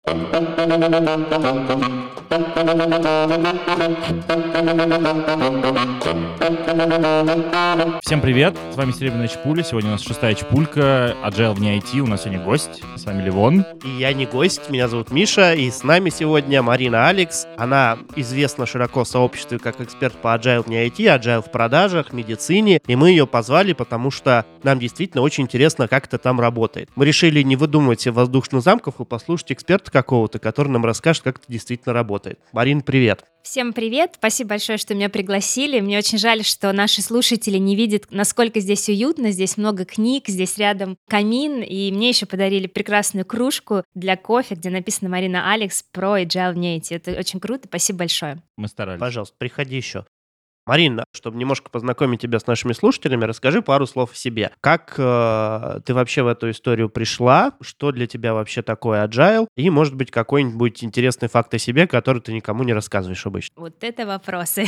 Всем привет, с вами Серебряная Чпуля. Сегодня у нас шестая чпулька, Agile вне IT. У нас сегодня гость, с вами Левон. И я не гость, меня зовут Миша, и с нами сегодня Марина Алекс. Она известна широко в сообществе как эксперт по Agile вне IT, Agile в продажах, медицине. И мы ее позвали, потому что нам действительно очень интересно, как это там работает. Мы решили не выдумывать себе воздушных замков и послушать эксперта какого-то, который нам расскажет, как это действительно работает. Марин, привет. Всем привет! Спасибо большое, что меня пригласили. Мне очень жаль, что наши слушатели не видят, насколько здесь уютно. Здесь много книг, здесь рядом камин. И мне еще подарили прекрасную кружку для кофе, где написано «Марина Алекс про Agile вне IT». Это очень круто. Спасибо большое. Мы старались. Пожалуйста, приходи еще. Марина, чтобы немножко познакомить тебя с нашими слушателями, расскажи пару слов о себе. Как ты вообще в эту историю пришла? Что для тебя вообще такое Agile? И, может быть, какой-нибудь интересный факт о себе, который ты никому не рассказываешь обычно. Вот это вопросы.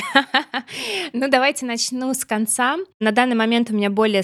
Ну, давайте начну с конца. На данный момент у меня более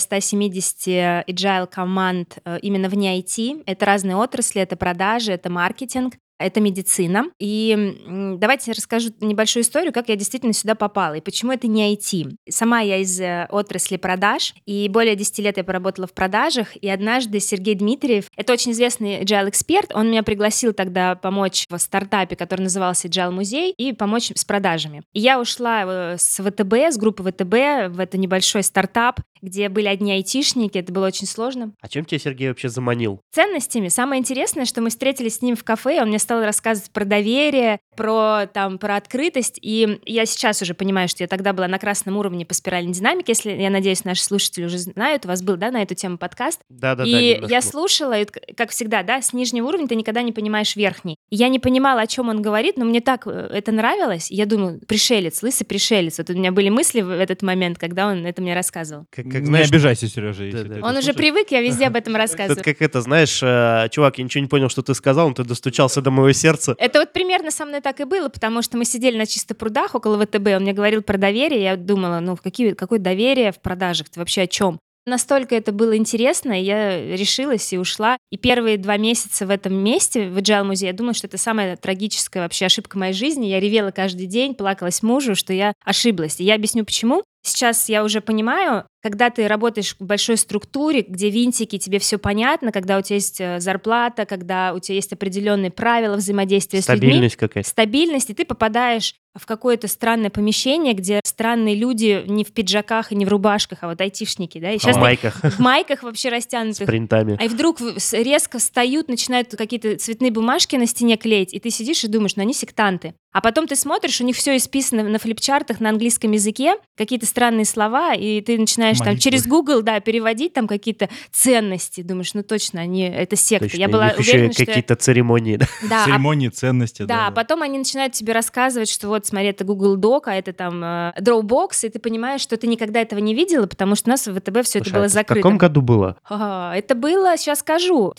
170 Agile команд именно вне IT. Это разные отрасли, это продажи, это маркетинг. Это медицина. И давайте я расскажу небольшую историю, как я действительно сюда попала и почему это не IT. Сама я из отрасли продаж, и более 10 лет я поработала в продажах, и однажды Сергей Дмитриев, это очень известный Agile-эксперт, он меня пригласил тогда помочь в стартапе, который назывался Agile Музей, и помочь с продажами. И я ушла с ВТБ, с группы ВТБ в это небольшой стартап, где были одни айтишники, это было очень сложно. А чем тебя Сергей вообще заманил? Ценностями. Самое интересное, что мы встретились с ним в кафе, он мне стал рассказывать про доверие, про открытость, и я сейчас уже понимаю, что я тогда была на красном уровне по спиральной динамике, если, я надеюсь, наши слушатели уже знают, у вас был, да, на эту тему подкаст. Да. И я слушала, и, как всегда, да, с нижнего уровня ты никогда не понимаешь верхний. И я не понимала, о чем он говорит, но мне так это нравилось, я думаю, пришелец, лысый пришелец. Вот у меня были мысли в этот момент, когда он это мне рассказывал. Не обижайся, Сережа, если ты Он уже привык, я везде об этом рассказываю. Это как это, знаешь, чувак, я ничего не понял, что ты сказал, но ты достучался до моего сердца. Это вот примерно со мной так и было, потому что мы сидели на чистых прудах около ВТБ, он мне говорил про доверие, я думала, какое доверие в продажах, ты вообще о чем? Настолько это было интересно, и я решилась и ушла. И первые 2 месяца в этом месте, в Agile музее, я думала, что это самая трагическая вообще ошибка моей жизни. Я ревела каждый день, плакалась мужу, что я ошиблась. И я объясню, почему. Сейчас я уже понимаю, когда ты работаешь в большой структуре, где винтики, тебе все понятно, когда у тебя есть зарплата, когда у тебя есть определенные правила взаимодействия с людьми. Стабильность какая-то. Стабильность, и ты попадаешь в какое-то странное помещение, где странные люди не в пиджаках и не в рубашках, а вот айтишники, да? И В майках. В майках вообще растянутых. С принтами. А и вдруг резко встают, начинают какие-то цветные бумажки на стене клеить, и ты сидишь и думаешь, ну они сектанты. А потом ты смотришь, у них все исписано на флипчартах на английском языке, какие-то странные слова, и ты начинаешь там через Google, да, переводить там какие-то ценности. Думаешь, ну точно, это секта. Точно, Я была у них уверена, еще какие-то церемонии, да? Да, церемонии, ценности. да, потом они начинают тебе рассказывать, что вот, смотри, это Google Doc, а это там Dropbox, и ты понимаешь, что ты никогда этого не видела, потому что у нас в ВТБ все это было закрыто. В каком году было? Это было, сейчас скажу,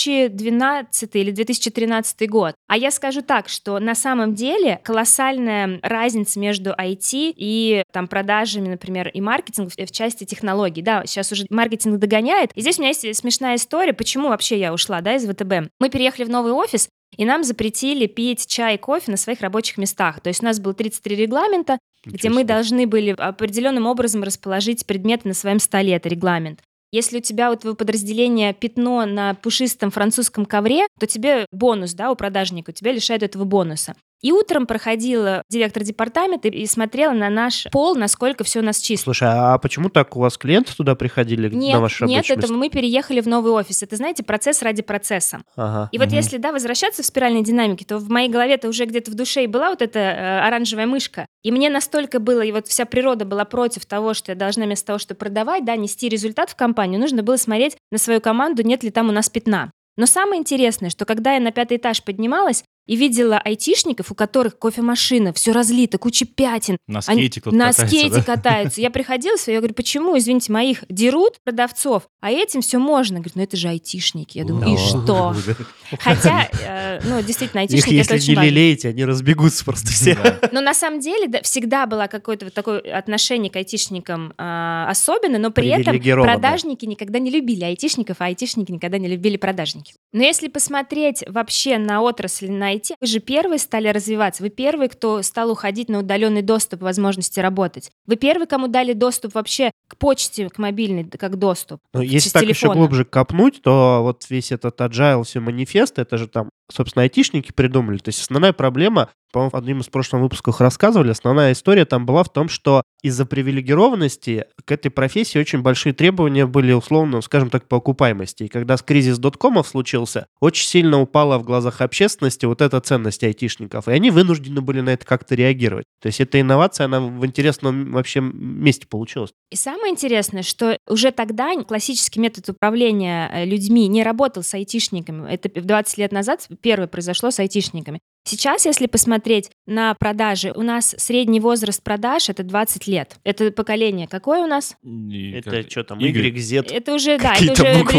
2012 или 2013 год. А я скажу так, что на самом деле колоссальная разница между IT и там продажами, например, и маркетингом в части технологий. Да, сейчас уже маркетинг догоняет. И здесь у меня есть смешная история, почему вообще я ушла, да, из ВТБ. Мы переехали в новый офис, и нам запретили пить чай и кофе на своих рабочих местах. То есть у нас было 33 регламента, где мы должны были определенным образом расположить предметы на своем столе. Это регламент. Если у тебя у твоего подразделения пятно на пушистом французском ковре, то тебе бонус, да, у продажника, тебя лишают этого бонуса. И утром проходила директор департамента и смотрела на наш пол, насколько все у нас чисто. Слушай, а почему так у вас клиенты туда приходили на ваши рабочие места? Нет, это мы переехали в новый офис. Это, знаете, процесс ради процесса. Ага. И вот если, да, возвращаться в спиральной динамике, то в моей голове-то уже где-то в душе и была вот эта оранжевая мышка. И мне настолько было, и вот вся природа была против того, что я должна вместо того, чтобы продавать, да, нести результат в компанию, нужно было смотреть на свою команду, нет ли там у нас пятна. Но самое интересное, что когда я на 5-й этаж поднималась, и видела айтишников, у которых кофемашина, все разлито, куча пятен. На скейте кто-то На катается, скейте да? катаются. Я приходила, я говорю, почему, извините, моих дерут продавцов, а этим все можно. Говорит, ну это же айтишники. Я думаю, и что? Хотя, действительно, Их, айтишники это если очень не важно. лелеете, они разбегутся просто все. Да. Но на самом деле всегда было какое-то вот такое отношение к айтишникам особенное, но при этом Привилегированное. продажники никогда не любили айтишников, а айтишники никогда не любили продажников. Но если посмотреть вообще на отрасль, на IT, вы же первые стали развиваться, вы первые, кто стал уходить на удаленный доступ, возможности работать. Вы первые, кому дали доступ вообще к почте, к мобильной, как доступ. Ну, с если так еще телефона. глубже копнуть, то вот весь этот agile, все манифест, это же там, собственно, айтишники придумали. То есть основная проблема, по-моему, в одном из прошлых выпусков рассказывали, основная история там была в том, что из-за привилегированности к этой профессии очень большие требования были, условно, скажем так, по окупаемости. И когда кризис доткомов случился, очень сильно упала в глазах общественности вот эта ценность айтишников. И они вынуждены были на это как-то реагировать. То есть эта инновация, она в интересном вообще месте получилась. И самое интересное, что уже тогда классический метод управления людьми не работал с айтишниками. Это 20 лет назад первое произошло с айтишниками. Сейчас, если посмотреть на продажи, у нас средний возраст продаж — это 20 лет. Это поколение какое у нас? Это что там, Y. Y, Z, Это уже, да, Какие-то буквы.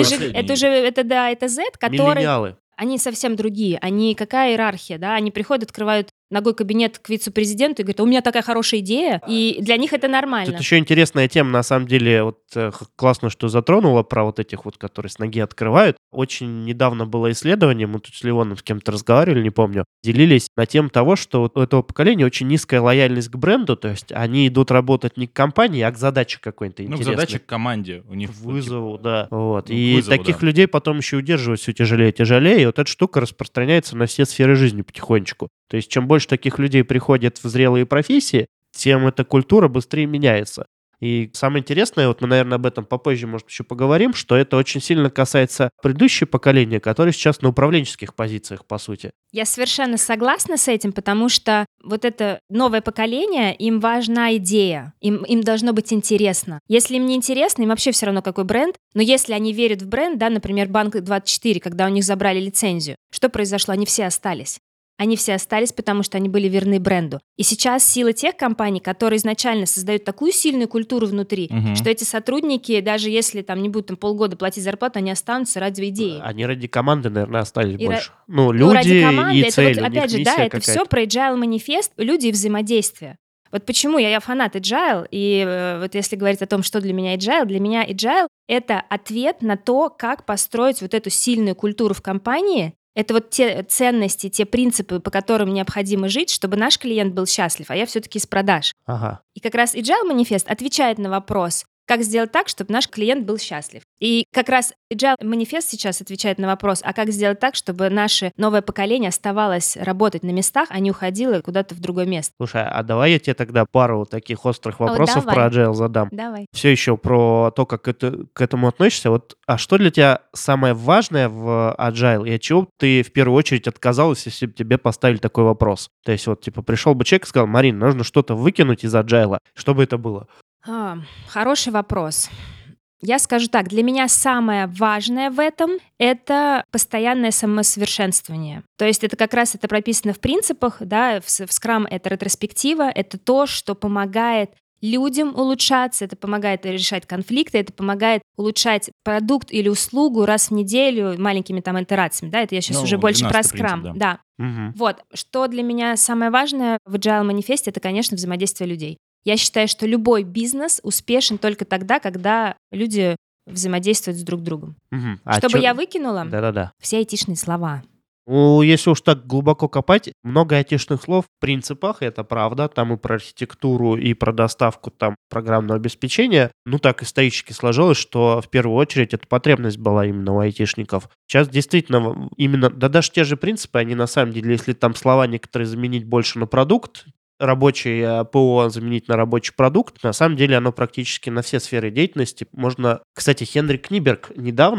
это Z, которые... миллениалы. Они совсем другие. Они какая иерархия, да? Они приходят, открывают ногой кабинет к вице-президенту и говорят, у меня такая хорошая идея, и для них это нормально. Тут еще интересная тема, на самом деле, вот классно, что затронула про вот этих вот, которые с ноги открывают. Очень недавно было исследование, мы тут с Ливоном с кем-то разговаривали, не помню, делились на тему того, что вот у этого поколения очень низкая лояльность к бренду, то есть они идут работать не к компании, а к задаче какой-то Ну, интересной. к задаче к команде. У них К вызову, да. Вот. Ну, к И вызову, таких да. людей потом еще удерживать все тяжелее и тяжелее. И вот эта штука распространяется на все сферы жизни потихонечку. То есть чем больше таких людей приходит в зрелые профессии, тем эта культура быстрее меняется. И самое интересное, вот мы, наверное, об этом попозже, может, еще поговорим, что это очень сильно касается предыдущего поколения, которое сейчас на управленческих позициях, по сути. Я совершенно согласна с этим, потому что вот это новое поколение, им важна идея, им должно быть интересно. Если им не интересно, им вообще все равно какой бренд, но если они верят в бренд, да, например, Банк24, когда у них забрали лицензию, что произошло? Они все остались. Они все остались, потому что они были верны бренду. И сейчас сила тех компаний, которые изначально создают такую сильную культуру внутри, что эти сотрудники, даже если там не будут там полгода платить зарплату, они останутся ради идеи. Они ради команды, наверное, остались И больше. Ну, люди ради команды, и это цели, вот, у них опять же, миссия да, это какая-то. все про agile манифест, люди и взаимодействие. Вот почему я фанат agile, и вот если говорить о том, что для меня agile — это ответ на то, как построить вот эту сильную культуру в компании. Это вот те ценности, те принципы, по которым необходимо жить, чтобы наш клиент был счастлив, а я все-таки из продаж. Ага. И как раз Agile манифест отвечает на вопрос, как сделать так, чтобы наш клиент был счастлив. И как раз Agile манифест сейчас отвечает на вопрос, а как сделать так, чтобы наше новое поколение оставалось работать на местах, а не уходило куда-то в другое место. Слушай, а давай я тебе тогда пару таких острых вопросов давай. про Agile задам. Давай. Все еще про то, как к этому относишься. Вот, а что для тебя самое важное в Agile, и от чего ты в первую очередь отказалась, если бы тебе поставили такой вопрос? То есть вот, типа, пришел бы человек и сказал, Марин, нужно что-то выкинуть из Agile. Что бы это было? Хороший вопрос. Я скажу так, для меня самое важное в этом — это постоянное самосовершенствование. То есть это как раз это прописано в принципах, да, в Scrum это ретроспектива, это то, что помогает людям улучшаться, это помогает решать конфликты, это помогает улучшать продукт или услугу раз в неделю маленькими там итерациями, да, это я сейчас уже больше про 12-й Scrum, принцип, да. Мгм. Вот, что для меня самое важное в Agile манифесте, это, конечно, взаимодействие людей. Я считаю, что любой бизнес успешен только тогда, когда люди взаимодействуют с друг другом. Мгм. А Чтобы чё- я выкинула Да-да-да. все айтишные слова. Ну, если уж так глубоко копать, много айтишных слов в принципах, это правда, там и про архитектуру, и про доставку там программного обеспечения. Ну, так исторически сложилось, что в первую очередь эта потребность была именно у айтишников. Сейчас действительно именно, да даже те же принципы, они на самом деле, если там слова некоторые заменить больше на продукт, рабочий ПО заменить на рабочий продукт, на самом деле оно практически на все сферы деятельности можно... Кстати, Хенрик Книберг недавно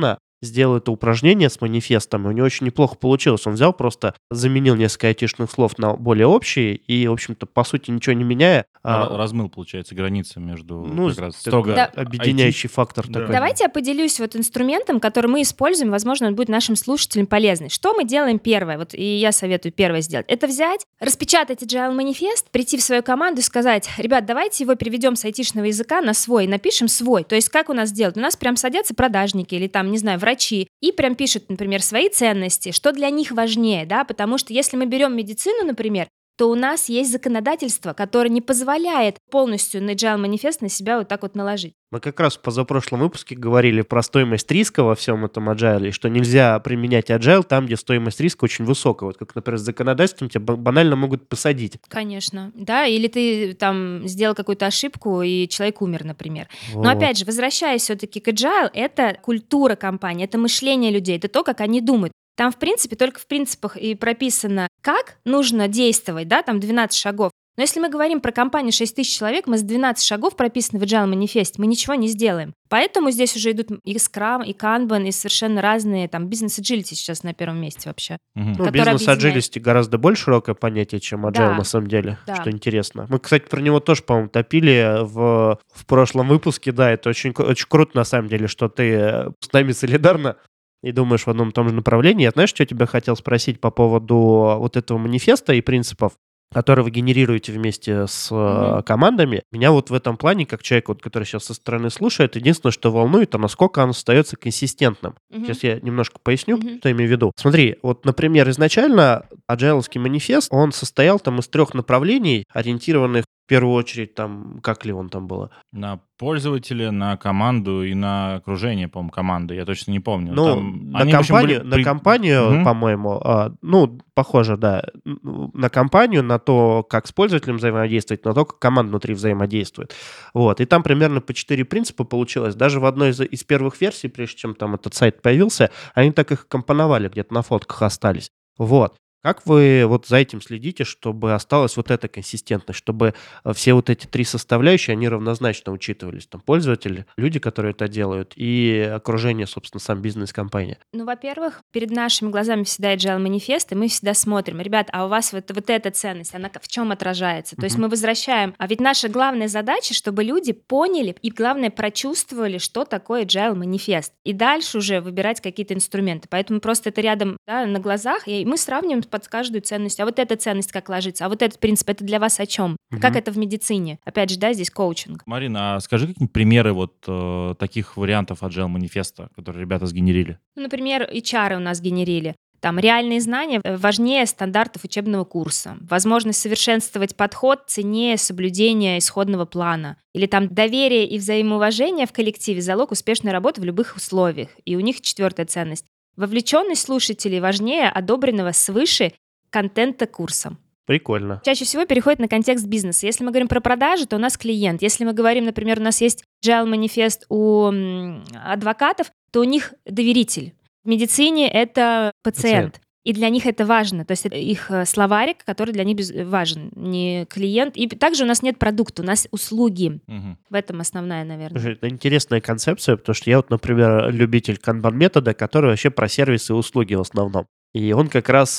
сделал это упражнение с манифестом, и у него очень неплохо получилось. Он взял просто, заменил несколько айтишных слов на более общие, и, в общем-то, по сути, ничего не меняя... Размыл, получается, границы между Ну, как раз строго Да. объединяющий фактор Да. такой. Давайте я поделюсь вот инструментом, который мы используем, возможно, он будет нашим слушателям полезный. Что мы делаем первое, вот и я советую первое сделать, это взять, распечатать Agile манифест, прийти в свою команду и сказать: ребят, давайте его переведем с айтишного языка на свой, напишем свой. То есть как у нас делают? У нас прям садятся продажники или там, не знаю, врачи и прям пишут, например, свои ценности, что для них важнее, да, потому что если мы берем медицину, например, то у нас есть законодательство, которое не позволяет полностью на Agile манифест на себя вот так вот наложить. Мы как раз в позапрошлом выпуске говорили про стоимость риска во всем этом Agile, и что нельзя применять Agile там, где стоимость риска очень высокая. Вот как, например, с законодательством тебя банально могут посадить. Конечно, да, или ты там сделал какую-то ошибку, и человек умер, например. Но Вот. опять же, возвращаясь все-таки к Agile, это культура компании, это мышление людей, это то, как они думают. Там, в принципе, только в принципах и прописано, как нужно действовать, да, там 12 шагов. Но если мы говорим про компанию 6 тысяч человек, мы с 12 шагов прописаны в Agile манифесте, мы ничего не сделаем. Поэтому здесь уже идут и Scrum, и Kanban, и совершенно разные, там, бизнес-agility сейчас на первом месте вообще. Мгм. Ну, который бизнес-agility гораздо более широкое понятие, чем Agile Да, на самом деле, да. что интересно. Мы, кстати, про него тоже, по-моему, топили в прошлом выпуске. Да, это очень, очень круто, на самом деле, что ты с нами солидарна и думаешь в одном и том же направлении. Я, знаешь, что я тебя хотел спросить по поводу вот этого манифеста и принципов, которые вы генерируете вместе с командами. Меня вот в этом плане, как человек, вот, который сейчас со стороны слушает, единственное, что волнует, это насколько он остается консистентным. Мгм. Сейчас я немножко поясню, Мгм. что я имею в виду. Смотри, вот, например, изначально Agile-овский манифест, он состоял там из 3 направлений, ориентированных в первую очередь, там, как ли он там было? На пользователя, на команду и на окружение, по-моему, команды. Я точно не помню. Ну, Там на они, в общем, компанию, были на компанию, Мгм. по-моему, ну, похоже, да, на компанию, на то, как с пользователем взаимодействовать, на то, как команда внутри взаимодействует. Вот, и там примерно по 4 принципа получилось. Даже в одной из первых версий, прежде чем там этот сайт появился, они так их компоновали, где-то на фотках остались. Вот. Как вы вот за этим следите, чтобы осталась вот эта консистентность, чтобы все вот эти 3 составляющие, они равнозначно учитывались? Там пользователи, люди, которые это делают, и окружение, собственно, сам бизнес-компания. Ну, во-первых, перед нашими глазами всегда Agile манифест, и мы всегда смотрим: ребят, а у вас вот эта ценность, она в чем отражается? То есть мы возвращаем. А ведь наша главная задача, чтобы люди поняли и, главное, прочувствовали, что такое Agile манифест. И дальше уже выбирать какие-то инструменты. Поэтому просто это рядом, да, на глазах, и мы сравниваем под каждую ценность. А вот эта ценность как ложится? А вот этот принцип, это для вас о чем? Как это в медицине? Опять же, да, здесь коучинг. Марина, а скажи какие-нибудь примеры вот таких вариантов Agile манифеста, которые ребята сгенерили? Ну, например, HR у нас генерили. Там реальные знания важнее стандартов учебного курса. Возможность совершенствовать подход ценнее соблюдения исходного плана. Или там доверие и взаимоуважение в коллективе – залог успешной работы в любых условиях. И у них 4-я ценность. Вовлеченность слушателей важнее одобренного свыше контента курса. Прикольно. Чаще всего переходит на контекст бизнеса. Если мы говорим про продажи, то у нас клиент. Если мы говорим, например, у нас есть Agile манифест у адвокатов, то у них доверитель. В медицине это пациент. И для них это важно. То есть это их словарик, который для них важен, не клиент. И также у нас нет продукта, у нас услуги. Мгм. В этом основная, наверное. Слушай, это интересная концепция, потому что я вот, например, любитель канбан-метода, который вообще про сервисы и услуги в основном. И он как раз,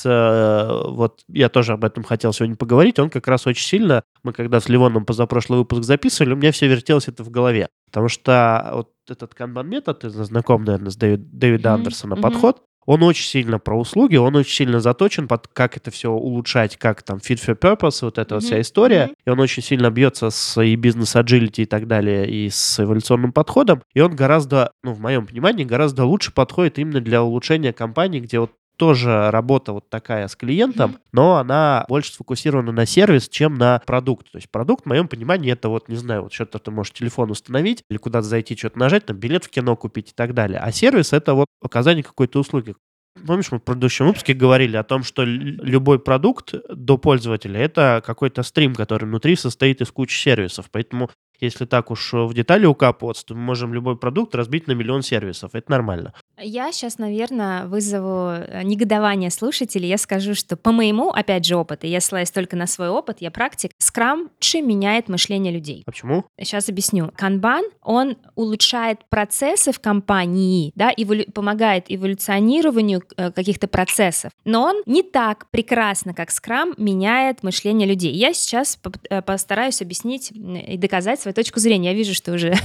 вот я тоже об этом хотел сегодня поговорить, он как раз очень сильно, мы когда с Ливоном позапрошлый выпуск записывали, у меня все вертелось это в голове. Потому что вот этот канбан-метод, ты знаком, наверное, с Дэвида Андерсона подход, он очень сильно про услуги, он очень сильно заточен под как это все улучшать, как там fit for purpose, вот эта вот вся история. И он очень сильно бьется с и бизнес-agility и так далее, и с эволюционным подходом. И он гораздо, ну, в моем понимании, гораздо лучше подходит именно для улучшения компании, где вот тоже работа вот такая с клиентом, но она больше сфокусирована на сервис, чем на продукт. То есть продукт, в моем понимании, это вот, не знаю, вот что-то ты можешь телефон установить или куда-то зайти, что-то нажать, там, билет в кино купить и так далее. А сервис — это вот оказание какой-то услуги. Помнишь, мы в предыдущем выпуске говорили о том, что любой продукт до пользователя — это какой-то стрим, который внутри состоит из кучи сервисов. Поэтому если так уж в детали укапываться, то мы можем любой продукт разбить на миллион сервисов. Это нормально. Я сейчас, наверное, вызову негодование слушателей. Я скажу, что по моему, опять же, опыту, я ссылаюсь только на свой опыт, я практик, скрам меняет мышление людей. А почему? Сейчас объясню. Канбан, он улучшает процессы в компании, да, помогает эволюционированию каких-то процессов, но он не так прекрасно, как скрам, меняет мышление людей. Я сейчас постараюсь объяснить и доказать свою точку зрения. Я вижу, что уже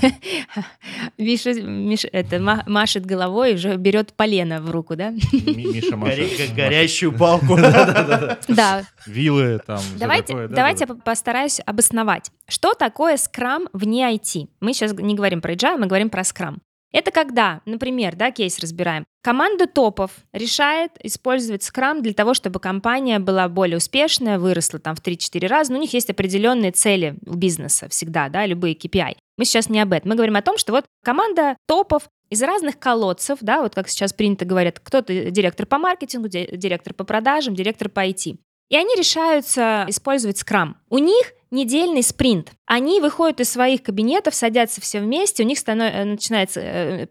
Миша машет головой, уже берет полено в руку, да? Миша машет. Горящую палку. Да. Вилы там. Давайте я постараюсь обосновать, что такое скрам вне IT. Мы сейчас не говорим про agile, мы говорим про скрам. Это когда, например, да, кейс разбираем. Команда топов решает использовать скрам для того, чтобы компания была более успешная, выросла там в 3-4 раза, но у них есть определенные цели у бизнеса всегда, да, любые KPI. Мы сейчас не об этом. Мы говорим о том, что вот команда топов из разных колодцев, да, вот как сейчас принято говорят, кто-то директор по маркетингу, директор по продажам, директор по IT. И они решаются использовать скрам. У них недельный спринт. Они выходят из своих кабинетов, садятся все вместе, у них начинается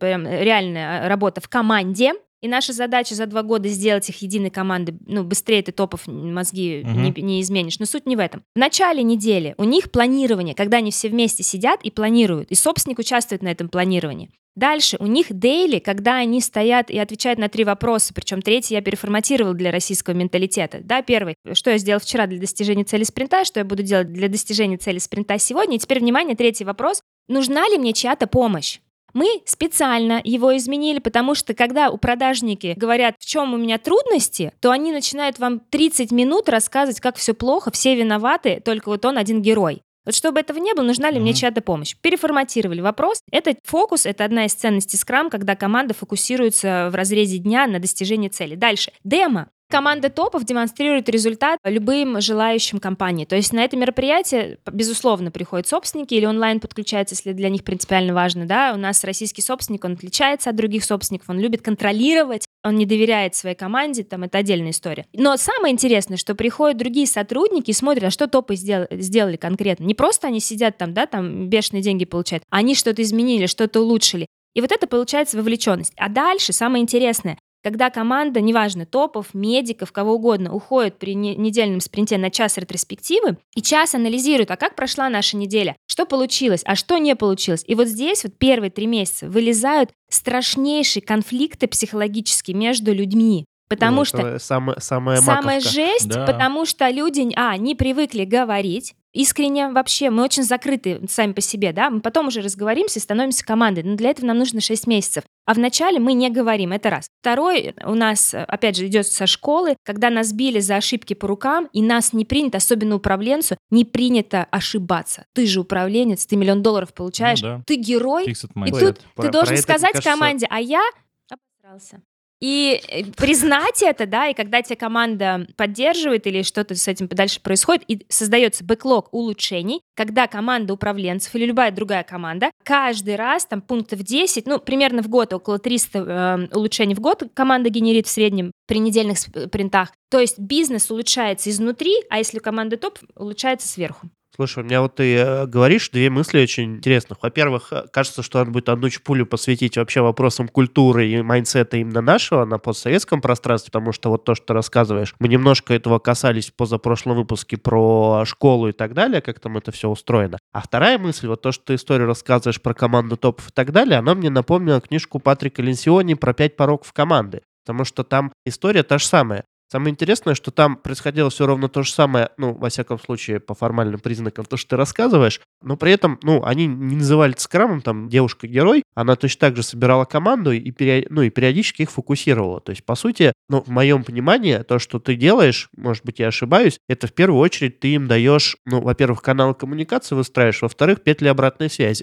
реальная работа в команде. И наша задача за 2 года сделать их единой командой. Быстрее ты топов мозги не изменишь. Но суть не в этом. В начале недели у них планирование, когда они все вместе сидят и планируют. И собственник участвует на этом планировании. Дальше у них дейли, когда они стоят и отвечают на 3 вопроса, причем 3-й я переформатировала для российского менталитета. Да, 1-й, что я сделал вчера для достижения цели спринта, что я буду делать для достижения цели спринта сегодня. И теперь, внимание, 3-й вопрос. Нужна ли мне чья-то помощь? Мы специально его изменили, потому что когда у продажники говорят, в чем у меня трудности, то они начинают вам 30 минут рассказывать, как все плохо, все виноваты, только вот он один герой. Вот чтобы этого не было, нужна ли мне чья-то помощь? Переформатировали вопрос. Это фокус, это одна из ценностей Scrum, когда команда фокусируется в разрезе дня на достижении цели. Дальше. Демо. Команда топов демонстрирует результат любым желающим компании. То есть на это мероприятие, безусловно, приходят собственники или онлайн подключаются, если для них принципиально важно. Да? У нас российский собственник, он отличается от других собственников, он любит контролировать, он не доверяет своей команде, там это отдельная история. Но самое интересное, что приходят другие сотрудники и смотрят, а что топы сделали конкретно. Не просто они сидят там, да, там бешеные деньги получают, а они что-то изменили, что-то улучшили. И вот это получается вовлеченность. А дальше самое интересное. Когда команда, неважно, топов, медиков, кого угодно, уходит при недельном спринте на час ретроспективы и час анализирует, а как прошла наша неделя, что получилось, а что не получилось. И вот здесь вот первые 3 месяца вылезают страшнейшие конфликты психологические между людьми. Потому что самая жесть, да. Потому что люди не привыкли говорить искренне вообще. Мы очень закрыты сами по себе, да. Мы потом уже разговоримся и становимся командой. Но для этого нам нужно 6 месяцев. А вначале мы не говорим, это раз. Второй у нас, опять же, идет со школы, когда нас били за ошибки по рукам, и нас не принято, особенно управленцу, не принято ошибаться. Ты же управленец, ты $1 миллион получаешь, да. Ты герой, и тут ты должен сказать команде, а я обосрался. И признать это, да, и когда тебя команда поддерживает или что-то с этим дальше происходит, и создается бэклог улучшений, когда команда управленцев или любая другая команда каждый раз, там, пунктов 10, примерно в год, около 300 улучшений в год команда генерит в среднем при недельных спринтах. То есть бизнес улучшается изнутри, а если команда топ, улучшается сверху. Слушай, у меня вот ты говоришь 2 мысли очень интересных. Во-первых, кажется, что надо будет одну чпулю посвятить вообще вопросам культуры и майндсета именно нашего на постсоветском пространстве, потому что вот то, что ты рассказываешь, мы немножко этого касались в позапрошлом выпуске про школу и так далее, как там это все устроено. А вторая мысль, вот то, что ты историю рассказываешь про команду топов и так далее, она мне напомнила книжку Патрика Ленсиони про 5 пороков команды, потому что там история та же самая. Самое интересное, что там происходило все ровно то же самое, во всяком случае, по формальным признакам, то, что ты рассказываешь, но при этом, они не называли это скрамом, там, девушка-герой, она точно так же собирала команду и периодически их фокусировала. То есть, по сути, в моем понимании, то, что ты делаешь, может быть, я ошибаюсь, это в первую очередь ты им даешь, во-первых, каналы коммуникации выстраиваешь, во-вторых, петли обратной связи.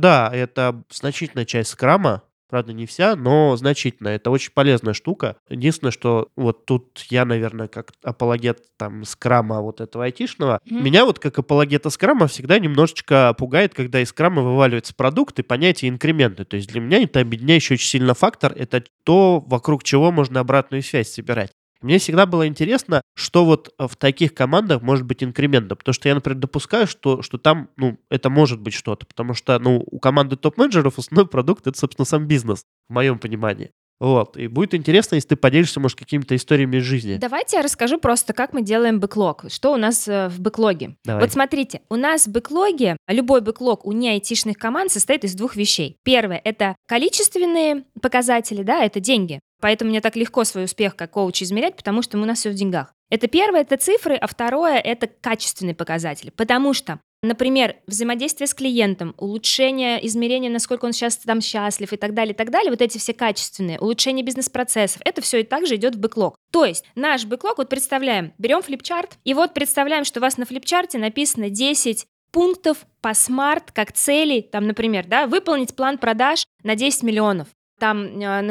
Это значительная часть скрама, правда, не вся, но значительно. Это очень полезная штука. Единственное, что вот тут я, наверное, как апологет там скрама вот этого айтишного, меня вот как апологета скрама всегда немножечко пугает, когда из скрама вываливается продукт и понятие инкременты. То есть для меня это объединяющий очень сильно фактор. Это то, вокруг чего можно обратную связь собирать. Мне всегда было интересно, что вот в таких командах может быть инкрементом, потому что я, например, допускаю, что там, это может быть что-то, потому что, у команды топ-менеджеров основной продукт — это, собственно, сам бизнес, в моем понимании. Вот. И будет интересно, если ты поделишься, может, какими-то историями из жизни. Давайте я расскажу просто, как мы делаем бэклог. Что у нас в бэклоге. Давай. Вот смотрите, у нас в бэклоге, любой бэклог у неайтишных команд состоит из двух вещей. Первое — это количественные показатели, да, это деньги. Поэтому мне так легко свой успех как коуч измерять, потому что у нас все в деньгах. Это первое — это цифры, а второе — это качественные показатели. Потому что, например, взаимодействие с клиентом, улучшение измерения, насколько он сейчас там счастлив и так далее, вот эти все качественные, улучшение бизнес-процессов, это все и также идет в бэклог. То есть наш бэклог, вот представляем, берем флипчарт, и вот представляем, что у вас на флипчарте написано 10 пунктов по смарт, как цели, там, например, да, выполнить план продаж на 10 миллионов. Там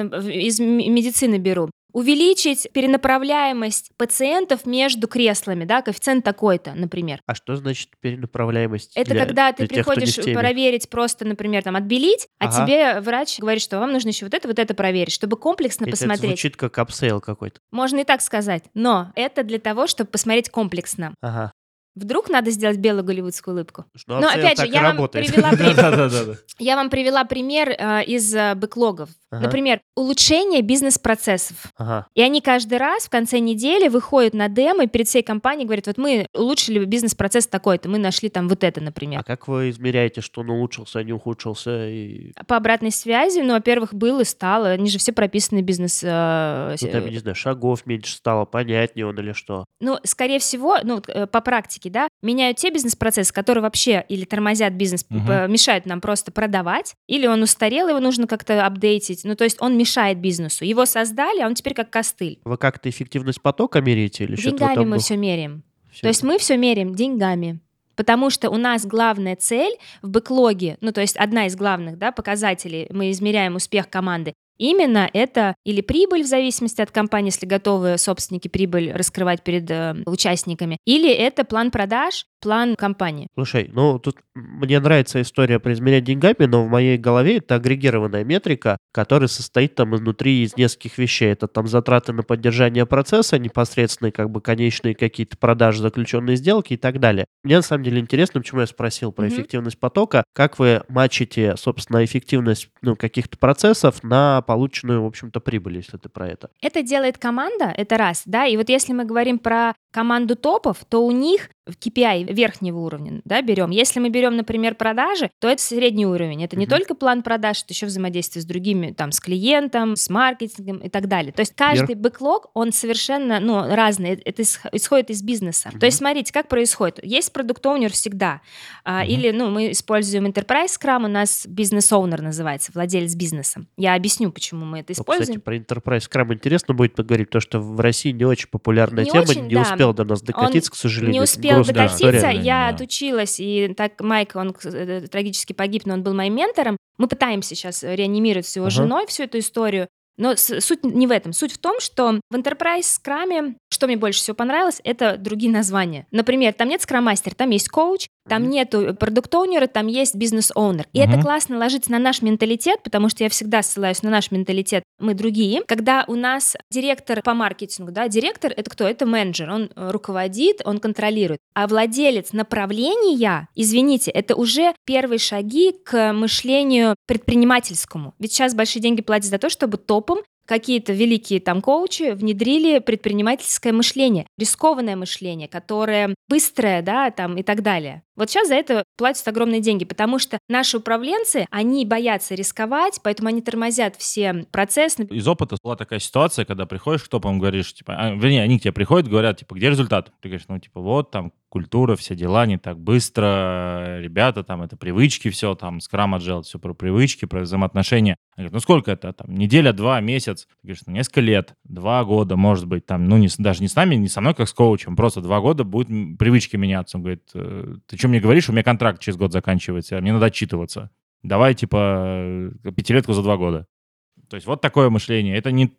из медицины беру. Увеличить перенаправляемость пациентов между креслами, да, коэффициент такой-то, например. А что значит перенаправляемость? Это когда ты для тех, кто не приходишь в теме? проверить просто, например, там, отбелить, Ага. а тебе врач говорит, что вам нужно еще вот это проверить, чтобы комплексно Это посмотреть. звучит как апсейл какой-то. Можно и так сказать, но это для того, чтобы посмотреть комплексно. Ага. Вдруг надо сделать белую голливудскую улыбку. Ну, Но апсейл опять же, так и я вам работает. привела Да-да-да. Я вам привела пример из бэклогов. Ага. Например, улучшение бизнес-процессов. Ага. И они каждый раз в конце недели выходят на демо и перед всей компанией говорят, вот мы улучшили бизнес-процесс такой-то, мы нашли там вот это, например. А как вы измеряете, что он улучшился, не ухудшился? И... По обратной связи, ну, во-первых, было и стало. Они же все прописаны бизнес... Ну, там, я не знаю, шагов меньше стало, понятнее он или что? Ну, скорее всего, ну, по практике, да, меняют те бизнес-процессы, которые вообще или тормозят бизнес, мешают нам просто продавать, или он устарел, его нужно как-то апдейтить. Ну, то есть он мешает бизнесу. Его создали, а он теперь как костыль. Вы как-то эффективность потока меряете или что-то в Деньгами этом мы духе? все меряем. Всё. То есть мы все меряем деньгами. Потому что у нас главная цель в бэклоге, ну, то есть одна из главных, да, показателей, мы измеряем успех команды, именно это или прибыль, в зависимости от компании, если готовы собственники прибыль раскрывать перед участниками, или это план продаж, план компании. Слушай, ну тут мне нравится история про измерять деньгами, но в моей голове это агрегированная метрика, которая состоит там изнутри из нескольких вещей. Это там затраты на поддержание процесса, непосредственные как бы конечные какие-то продажи, заключенные сделки и так далее. Мне на самом деле интересно, почему я спросил про эффективность потока. Как вы матчите, собственно, эффективность каких-то процессов на полученную, в общем-то, прибыль, если ты про это? Это делает команда, это раз, да, и вот если мы говорим про команду топов, то у них KPI верхнего уровня, да, берем. Если мы берем, например, продажи, то это средний уровень. Это не только план продаж, это еще взаимодействие с другими, там, с клиентом, с маркетингом и так далее. То есть каждый бэклог, он совершенно, ну, разный. Это исходит из бизнеса. То есть смотрите, как происходит. Есть продукт-оунер всегда. Или, ну, мы используем Enterprise Scrum, у нас бизнес-оунер называется, владелец бизнеса. Я объясню, почему мы это используем. Кстати, про Enterprise Scrum интересно будет поговорить, потому что в России не очень популярная Не тема, очень, не да. успел до нас докатиться, к сожалению. Не Это успел грустная докатиться, история. я да. отучилась, и так Майк, он трагически погиб, но он был моим ментором. Мы пытаемся сейчас реанимировать с его женой всю эту историю, но суть не в этом. Суть в том, что в Enterprise Scrum, что мне больше всего понравилось, это другие названия. Например, там нет скрам-мастера, там есть коуч, там нету продукт-оунера, там есть бизнес-оунер. И это классно ложится на наш менталитет, потому что я всегда ссылаюсь на наш менталитет, мы другие. Когда у нас директор по маркетингу, да, директор — это кто? Это менеджер, он руководит, он контролирует. А владелец направления, извините, это уже первые шаги к мышлению предпринимательскому. Ведь сейчас большие деньги платят за то, чтобы топом какие-то великие там коучи внедрили предпринимательское мышление, рискованное мышление, которое быстрое, да, там и так далее. Вот сейчас за это платят огромные деньги, потому что наши управленцы, они боятся рисковать, поэтому они тормозят все процессы. Из опыта была такая ситуация, когда приходишь к топам, говоришь, типа, вернее, они к тебе приходят, говорят, типа, где результат? Ты говоришь, ну, типа, вот, там, культура, все дела не так быстро, ребята, там, это привычки, все, там, Scrum Agile, все про привычки, про взаимоотношения. Они говорят, ну, сколько это, там, неделя, 2, месяц? Ты говоришь, ну, несколько лет, 2 года, может быть, там, ну, даже не с нами, не со мной, как с коучем, просто 2 года будут привычки меняться. Он говорит, ты что мне говоришь, у меня контракт через год заканчивается, а мне надо отчитываться. Давай, типа, 5-летку за 2 года. То есть вот такое мышление. Это не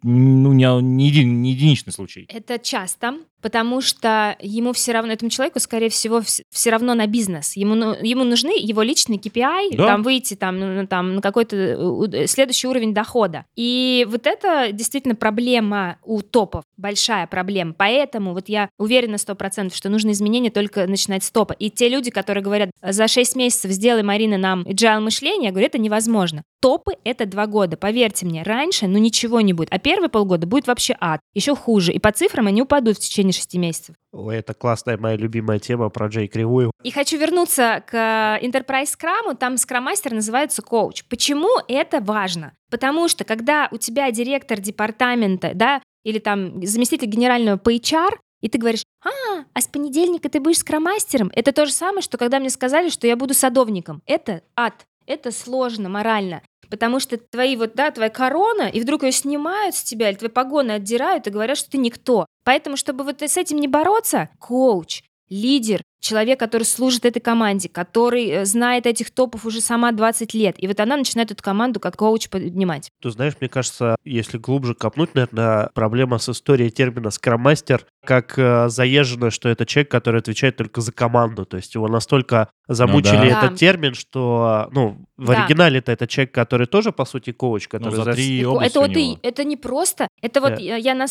единичный случай. Это часто, потому что ему все равно, этому человеку, скорее всего, все равно на бизнес. Ему нужны его личный KPI, Да. там выйти там на какой-то следующий уровень дохода. И вот это действительно проблема у топов, большая проблема. Поэтому вот я уверена 100%, что нужно изменения только начинать с топа. И те люди, которые говорят, за 6 месяцев сделай, Марина, нам agile мышление, я говорю, это невозможно. Топы — это 2 года, поверьте мне. улучшения. Раньше, ну, ничего не будет. А первые полгода будет вообще ад. Еще хуже. И по цифрам они упадут в течение 6 месяцев. Ой, это классная моя любимая тема про Джей Кривую. И хочу вернуться к Enterprise Scrum. Там Scrum-мастер называется коуч. Почему это важно? Потому что, когда у тебя директор департамента, да, или там заместитель генерального по HR, и ты говоришь, а с понедельника ты будешь скрам-мастером? Это то же самое, что когда мне сказали, что я буду садовником. Это ад. Это сложно морально. Потому что твоя корона, и вдруг ее снимают с тебя, или твои погоны отдирают и говорят, что ты никто. Поэтому, чтобы вот с этим не бороться, коуч, лидер, человек, который служит этой команде, который знает этих топов уже сама 20 лет. И вот она начинает эту команду как коуч поднимать. Ты знаешь, мне кажется, если глубже копнуть, наверное, проблема с историей термина «скрам-мастер» как заезжено, что это человек, который отвечает только за команду. То есть его настолько замучили да. этот термин, что, в оригинале-то это человек, который тоже, по сути, коуч, который... за 3 области у него. Это не просто. Это вот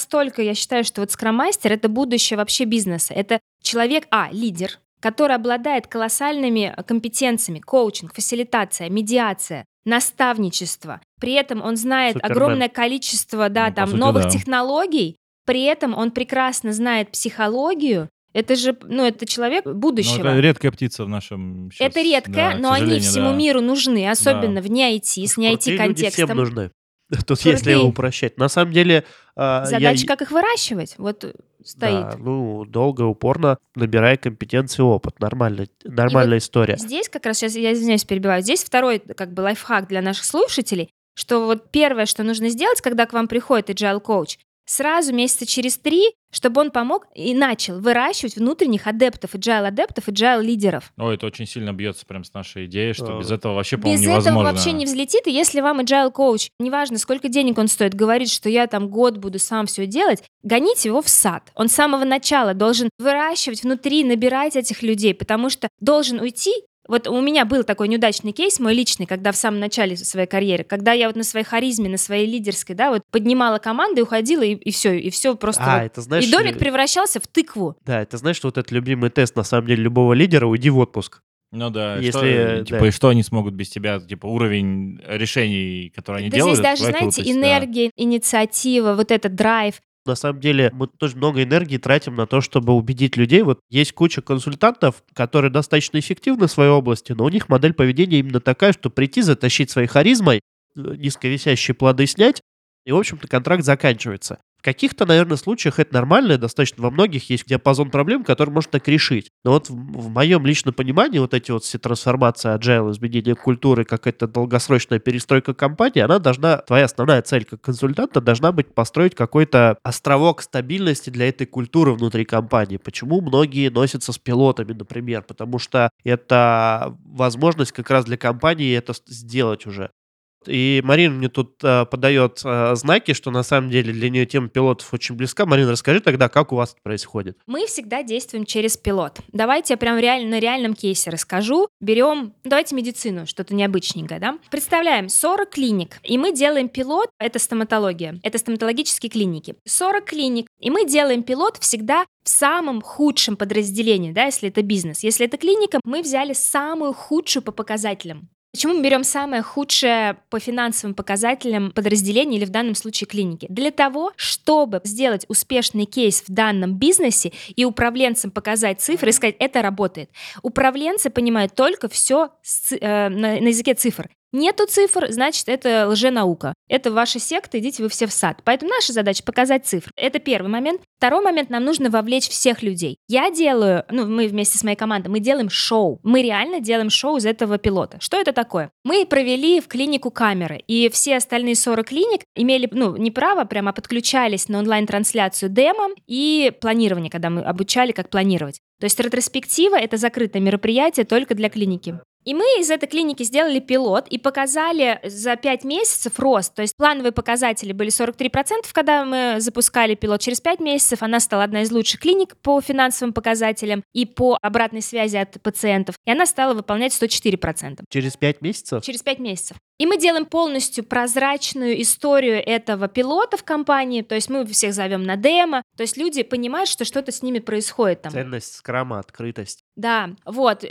я считаю, что вот скрам-мастер — это будущее вообще бизнеса. Это человек, лидер, который обладает колоссальными компетенциями: коучинг, фасилитация, медиация, наставничество. При этом он знает Супермен. Огромное количество новых технологий, при этом он прекрасно знает психологию. Это же, это человек будущего. Это редкая птица в нашем сейчас. Это редкая, но они всему миру нужны, особенно вне IT, с не IT-контекстом. Всем нужны. Тут, если его упрощать. На самом деле... Задача, как их выращивать, стоит. Да, долго, упорно набирая компетенции и опыт. Нормальная история. Здесь как раз, сейчас я извиняюсь, перебиваю, здесь второй лайфхак для наших слушателей, что первое, что нужно сделать, когда к вам приходит agile коуч, сразу месяца через 3, чтобы он помог и начал выращивать внутренних адептов, agile лидеров. Это очень сильно бьется прям с нашей идеей, что без этого вообще, по-моему, невозможно. Без невозможно. этого вообще не взлетит, и если вам agile коуч, неважно, сколько денег он стоит, говорит, что я год буду сам все делать, гоните его в сад. Он с самого начала должен выращивать внутри, набирать этих людей, потому что должен уйти. Вот у меня был такой неудачный кейс, мой личный, когда в самом начале своей карьеры, когда я на своей харизме, на своей лидерской, поднимала команду и уходила, и все просто. Это, знаешь, и домик превращался в тыкву. Да, это, знаешь, что этот любимый тест, на самом деле, любого лидера: уйди в отпуск. Если, что они смогут без тебя, уровень решений, которые они делают. Здесь даже, знаете, энергия, инициатива, этот драйв. На самом деле мы тоже много энергии тратим на то, чтобы убедить людей. Есть куча консультантов, которые достаточно эффективны в своей области, но у них модель поведения именно такая, что прийти, затащить своей харизмой, низковисящие плоды снять, и, в общем-то, контракт заканчивается. В каких-то, наверное, случаях это нормально, достаточно во многих есть диапазон проблем, который можно так решить. Но в моем личном понимании эти все трансформации, agile, изменение культуры, какая-то долгосрочная перестройка компании, твоя основная цель как консультанта должна быть построить какой-то островок стабильности для этой культуры внутри компании. Почему многие носятся с пилотами, например? Потому что это возможность как раз для компании это сделать уже. И Марина мне тут подает знаки, что на самом деле для нее тема пилотов очень близка. Марина, расскажи тогда, как у вас это происходит? Мы всегда действуем через пилот. Давайте я прям на реальном кейсе расскажу. Давайте медицину, что-то необычненькое, да? Представляем 40 клиник, и мы делаем пилот, это стоматология, это стоматологические клиники. 40 клиник, и мы делаем пилот всегда в самом худшем подразделении, да, если это бизнес. Если это клиника, мы взяли самую худшую по показателям. Почему мы берем самое худшее по финансовым показателям подразделения или в данном случае клиники? Для того, чтобы сделать успешный кейс в данном бизнесе и управленцам показать цифры и сказать, это работает. Управленцы понимают только все на языке цифр. Нету цифр, значит, это лженаука. Это ваша секта, идите вы все в сад. Поэтому наша задача — показать цифры. Это первый момент. Второй момент — нам нужно вовлечь всех людей. Мы вместе с моей командой, мы делаем шоу. Мы реально делаем шоу из этого пилота. Что это такое? Мы провели в клинику камеры, и все остальные 40 клиник имели, не право, прямо подключались на онлайн-трансляцию демо и планирование, когда мы обучали, как планировать. То есть ретроспектива — это закрытое мероприятие только для клиники. И мы из этой клиники сделали пилот и показали за 5 месяцев рост. То есть плановые показатели были 43%, когда мы запускали пилот. Через 5 месяцев она стала одна из лучших клиник по финансовым показателям и по обратной связи от пациентов. И она стала выполнять 104%. Через 5 месяцев? Через 5 месяцев. И мы делаем полностью прозрачную историю этого пилота в компании. То есть мы всех зовем на демо. То есть люди понимают, что что-то с ними происходит там. Ценность скрама, открытость. Да, вот.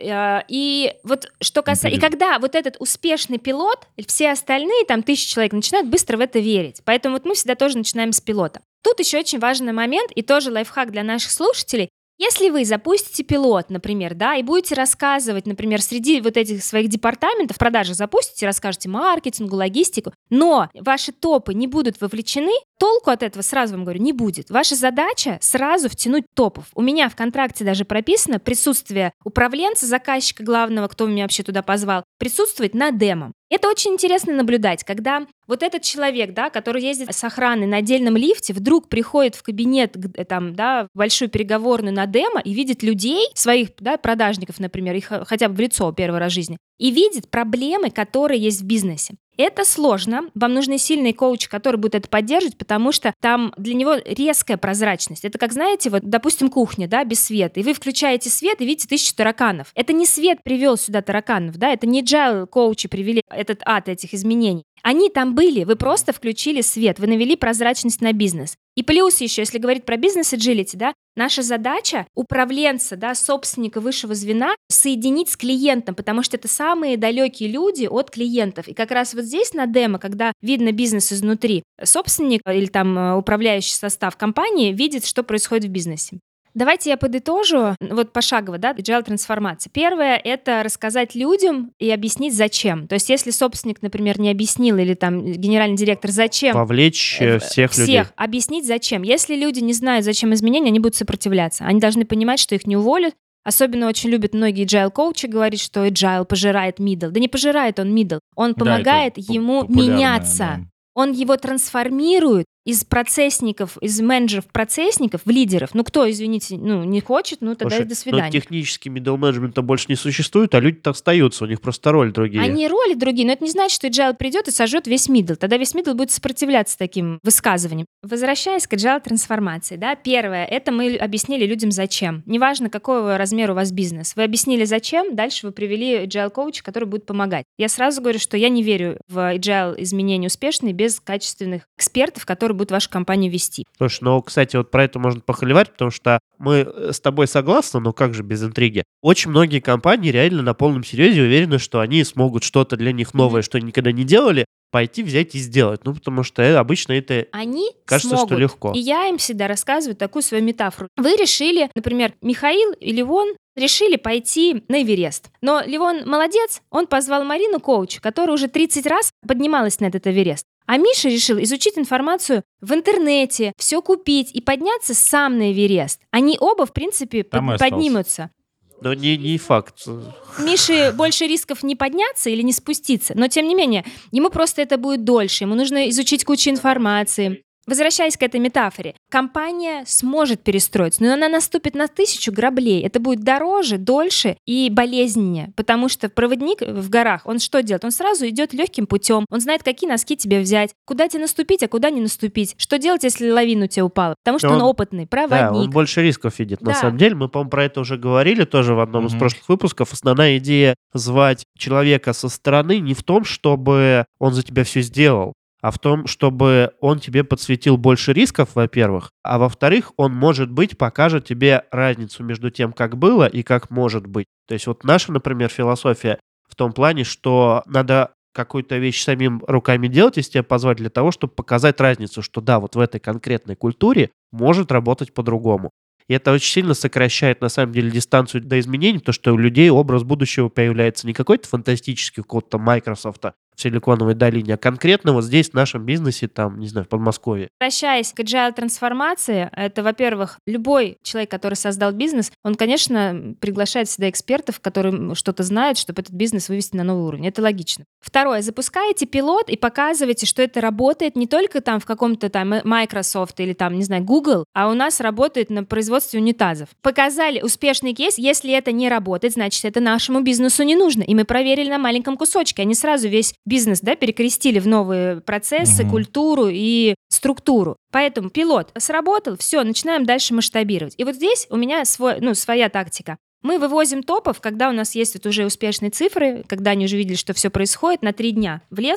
И вот что касается... И когда вот этот успешный пилот, все остальные, там, 1000 человек, начинают быстро в это верить. Поэтому вот мы всегда тоже начинаем с пилота. Тут еще очень важный момент, и тоже лайфхак для наших слушателей. Если вы запустите пилот, например, да, и будете рассказывать, например, среди вот этих своих департаментов, продажи запустите, расскажете маркетингу, логистику, но ваши топы не будут вовлечены, толку от этого, сразу вам говорю, не будет. Ваша задача сразу втянуть топов. У меня в контракте даже прописано присутствие управленца, заказчика главного, кто меня вообще туда позвал, присутствовать на демо. Это очень интересно наблюдать, когда вот этот человек, да, который ездит с охраной на отдельном лифте, вдруг приходит в кабинет, там, да, в большую переговорную на демо и видит людей, своих, да, продажников, например, их хотя бы в лицо первый раз в жизни, и видит проблемы, которые есть в бизнесе. Это сложно. Вам нужны сильные коучи, которые будут это поддерживать, потому что там для него резкая прозрачность. Это как, знаете, вот, допустим, кухня, да, без света, и вы включаете свет и видите 1000 тараканов. Это не свет привел сюда тараканов, да, это не agile коучи привели этот ад этих изменений. Они там были, вы просто включили свет, вы навели прозрачность на бизнес. И плюс еще, если говорить про бизнес-эджилити, да, наша задача управленца, да, собственника высшего звена соединить с клиентом, потому что это самые далекие люди от клиентов. И как раз вот здесь на демо, когда видно бизнес изнутри, собственник или там управляющий состав компании видит, что происходит в бизнесе. Давайте я подытожу, вот пошагово, да, agile трансформация. Первое — это рассказать людям и объяснить, зачем. То есть если собственник, например, не объяснил, или там генеральный директор, зачем... Вовлечь всех людей. Объяснить, зачем. Если люди не знают, зачем изменения, они будут сопротивляться. Они должны понимать, что их не уволят. Особенно очень любят многие agile-коучи говорить, что agile пожирает middle. Да не пожирает он middle. Он помогает ему меняться. Да. Он его трансформирует из процессников, из менеджеров-процессников в лидеров. Ну, кто, извините, не хочет, тогда и до свидания. Но технически middle management больше не существует, а люди-то остаются, у них просто роли другие. Они роли другие, но это не значит, что agile придет и сожжет весь middle. Тогда весь middle будет сопротивляться таким высказываниям. Возвращаясь к agile трансформации, да, первое, это мы объяснили людям зачем. Неважно, какого размера у вас бизнес. Вы объяснили зачем, дальше вы привели agile коуча, который будет помогать. Я сразу говорю, что я не верю в agile изменения успешные без качественных экспертов, которые будут вашу компанию вести. Слушай, кстати, вот про это можно похоливать, потому что мы с тобой согласны, но как же без интриги? Очень многие компании реально на полном серьезе уверены, что они смогут что-то для них новое, что никогда не делали, пойти, взять и сделать. Потому что обычно это они кажется, смогут. Что легко. И я им всегда рассказываю такую свою метафору. Вы решили, например, Михаил и Левон решили пойти на Эверест. Но Левон молодец, он позвал Марину коуч, которая уже 30 раз поднималась на этот Эверест. А Миша решил изучить информацию в интернете, все купить и подняться сам на Эверест. Они оба, в принципе, поднимутся. Но не факт. Мише больше рисков не подняться или не спуститься, но тем не менее, ему просто это будет дольше, ему нужно изучить кучу информации. Возвращаясь к этой метафоре, компания сможет перестроиться, но она наступит на 1000 граблей. Это будет дороже, дольше и болезненнее, потому что проводник в горах, он что делает? Он сразу идет легким путем, он знает, какие носки тебе взять, куда тебе наступить, а куда не наступить, что делать, если лавина у тебя упала, потому что он опытный проводник. Да, он больше рисков видит, на самом деле. Мы, по-моему, про это уже говорили тоже в одном из прошлых выпусков. Основная идея звать человека со стороны не в том, чтобы он за тебя все сделал, а в том, чтобы он тебе подсветил больше рисков, во-первых, а во-вторых, он, может быть, покажет тебе разницу между тем, как было и как может быть. То есть вот наша, например, философия в том плане, что надо какую-то вещь самим руками делать, если тебя позвать, для того, чтобы показать разницу, что да, вот в этой конкретной культуре может работать по-другому. И это очень сильно сокращает, на самом деле, дистанцию до изменений, потому что у людей образ будущего появляется не какой-то фантастический, какого-то Microsoft в Силиконовой долине, а конкретно вот здесь, в нашем бизнесе, там, не знаю, в Подмосковье. Возвращаясь к agile трансформации, это, во-первых, любой человек, который создал бизнес, он, конечно, приглашает всегда экспертов, которые что-то знают, чтобы этот бизнес вывести на новый уровень. Это логично. Второе, запускаете пилот и показываете, что это работает не только там в каком-то там Microsoft или там, не знаю, Google, а у нас работает на производстве унитазов. Показали успешный кейс. Если это не работает, значит, это нашему бизнесу не нужно. И мы проверили на маленьком кусочке, а не сразу весь бизнес, да, перекрестили в новые процессы, культуру и структуру. Поэтому пилот сработал, все, начинаем дальше масштабировать. И вот здесь у меня своя тактика. Мы вывозим топов, когда у нас есть вот уже успешные цифры, когда они уже видели, что все происходит, на 3 дня в лес,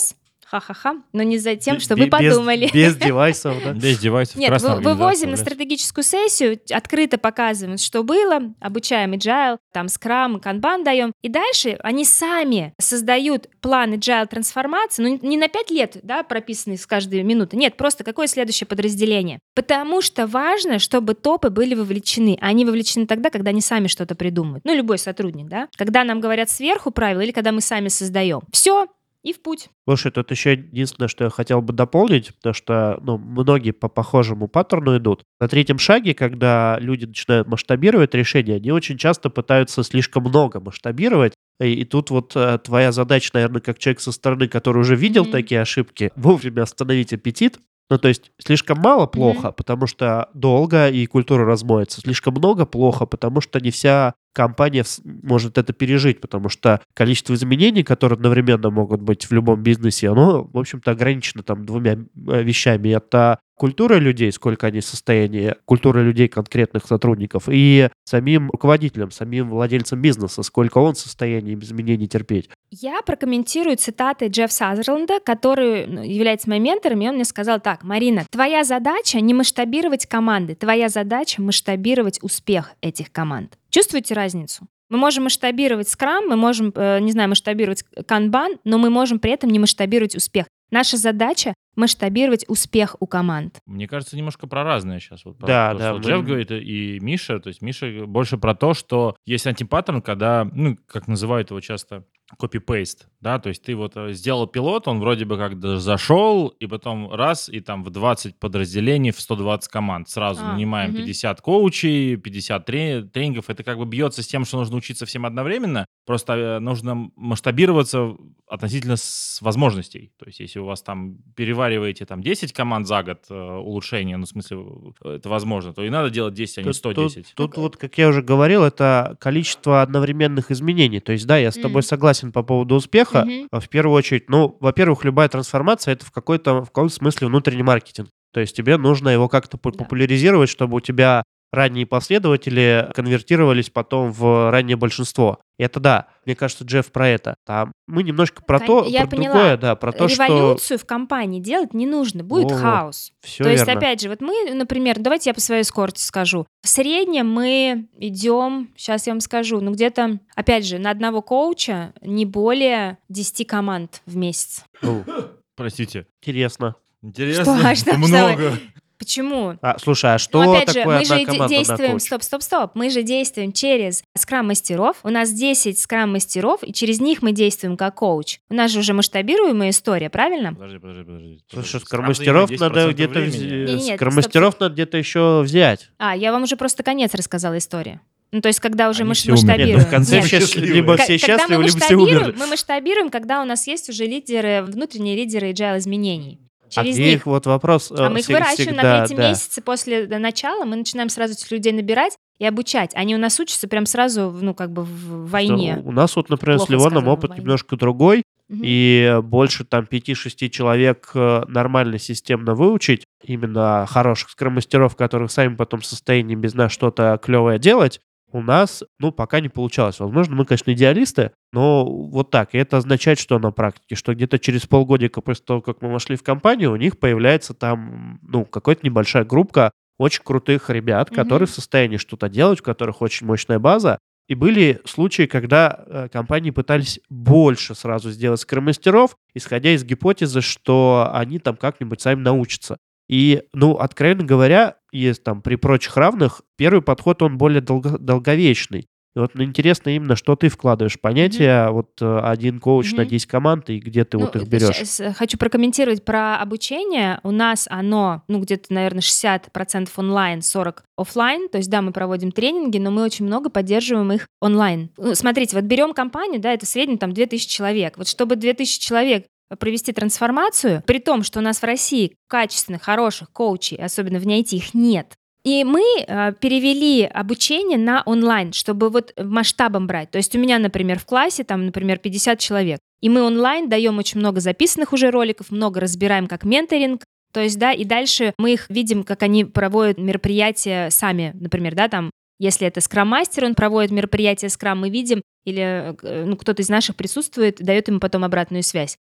ха-ха-ха, но не за тем, Бе- что вы без- подумали. Без девайсов, да? Без девайсов. Нет, красная вывозим на организация, блядь. стратегическую сессию, открыто показываем, что было, обучаем agile, там скрам, канбан даем, и дальше они сами создают план agile трансформации, ну не на 5 лет, да, прописанный с каждой минуты, нет, просто какое следующее подразделение. Потому что важно, чтобы топы были вовлечены, а они вовлечены тогда, когда они сами что-то придумают. Ну, любой сотрудник, да, когда нам говорят сверху правила или когда мы сами создаем. Все, и в путь. Слушай, тут еще единственное, что я хотел бы дополнить, потому что многие по похожему паттерну идут. На третьем шаге, когда люди начинают масштабировать решения, они очень часто пытаются слишком много масштабировать. И тут вот твоя задача, наверное, как человек со стороны, который уже видел такие ошибки, вовремя остановить аппетит. Ну, то есть слишком мало плохо, потому что долго и культура размоется. Слишком много плохо, потому что не вся компания может это пережить, потому что количество изменений, которые одновременно могут быть в любом бизнесе, оно, в общем-то, ограничено там двумя вещами. Это культура людей, сколько они в состоянии, культура людей, конкретных сотрудников, и самим руководителем, самим владельцем бизнеса, сколько он в состоянии изменений терпеть. Я прокомментирую цитаты Джеффа Сазерленда, который является моим ментором, и он мне сказал так: Марина, твоя задача не масштабировать команды, твоя задача масштабировать успех этих команд. Чувствуете разницу? Мы можем масштабировать скрам, мы можем, не знаю, масштабировать канбан, но мы можем при этом не масштабировать успех. Наша задача — масштабировать успех у команд. Мне кажется, немножко про разное сейчас. Вот, Да, то, да, что Джефф говорит, и Миша. То есть Миша больше про то, что есть антипаттерн, когда, ну, как называют его часто, копи-пейст, да, то есть ты вот сделал пилот, он вроде бы как зашел, и потом раз, и там в 20 подразделений, в 120 команд. Сразу нанимаем 50 коучей, 50 тренингов. Это как бы бьется с тем, что нужно учиться всем одновременно. Просто нужно масштабироваться относительно с возможностей. То есть если у вас там перевариваете там 10 команд за год улучшения, ну, в смысле, это возможно, то и надо делать 10, а не 110. Тут вот, как я уже говорил, это количество одновременных изменений. То есть, да, я с тобой согласен по поводу успеха. В первую очередь, ну, во-первых, любая трансформация — это в каком-то смысле внутренний маркетинг. То есть тебе нужно его как-то популяризировать, чтобы у тебя ранние последователи конвертировались потом в раннее большинство. И это да, мне кажется, Джефф про это. А мы немножко про то, Я про поняла. другое, да, про то, что... Революцию в компании делать не нужно, будет хаос. Все То есть, верно. опять же, вот мы, например, давайте я по своей скорости скажу. В среднем мы идем, сейчас я вам скажу, ну где-то, опять же, на одного коуча не более 10 команд в месяц. Простите. Интересно. Интересно, Что? много. Почему? Слушай, а что Ну, опять же, такое мы же одна команда на действуем, коуч? стоп, мы же действуем через скрам-мастеров. У нас 10 скрам-мастеров, и через них мы действуем как коуч. У нас же уже масштабируемая история, правильно? Подожди. Слушай, скромастеров надо где-то Нет, скромастеров надо где-то еще взять. Я вам уже просто конец рассказала истории. Ну, то есть, когда уже Они мы все умерли. масштабируем. Нет, ну, в конце Нет. все Счастливые. либо все Когда счастливы, мы либо все умерли. мы масштабируем, когда у нас есть уже лидеры, внутренние лидеры agile изменений. Через где них. их вот вопрос А мы их выращиваем на всегда, третьем да. месяце после начала, мы начинаем сразу этих людей набирать и обучать. Они у нас учатся прям сразу, ну, как бы в войне. Что у нас вот, например, с Плохо Ливоном сказала, опыт войне. немножко другой, Мгм. и больше там 5-6 человек нормально системно выучить, именно хороших скромастеров, которых сами потом в состоянии без нас что-то клевое делать, у нас, ну, пока не получалось. Возможно, мы, конечно, идеалисты, но вот так. И это означает, что на практике, что где-то через полгодика после того, как мы вошли в компанию, у них появляется там, ну, какая-то небольшая группка очень крутых ребят, которые в состоянии что-то делать, у которых очень мощная база. И были случаи, когда компании пытались больше сразу сделать скромастеров, исходя из гипотезы, что они там как-нибудь сами научатся. И, ну, откровенно говоря, есть там при прочих равных, первый подход, он более долговечный. И вот интересно именно, что ты вкладываешь в понятие, вот один коуч на 10 команд, и где ты вот их берешь. Сейчас хочу прокомментировать про обучение. У нас оно, ну, где-то, наверное, 60% онлайн, 40% офлайн. То есть, да, мы проводим тренинги, но мы очень много поддерживаем их онлайн. Ну, смотрите, вот берем компанию, да, это в среднем там 2000 человек. Вот чтобы 2000 человек провести трансформацию, при том, что у нас в России качественных, хороших коучей, особенно в IT, их нет. И мы перевели обучение на онлайн, чтобы вот масштабом брать. То есть у меня, например, в классе, там, например, 50 человек. И мы онлайн даем очень много записанных уже роликов, много разбираем как менторинг. То есть, да, и дальше мы их видим, как они проводят мероприятия сами, например, да, там, если это скрам-мастер, он проводит мероприятие скрам, мы видим, или ну, кто-то из наших присутствует, дает ему потом обратную связь.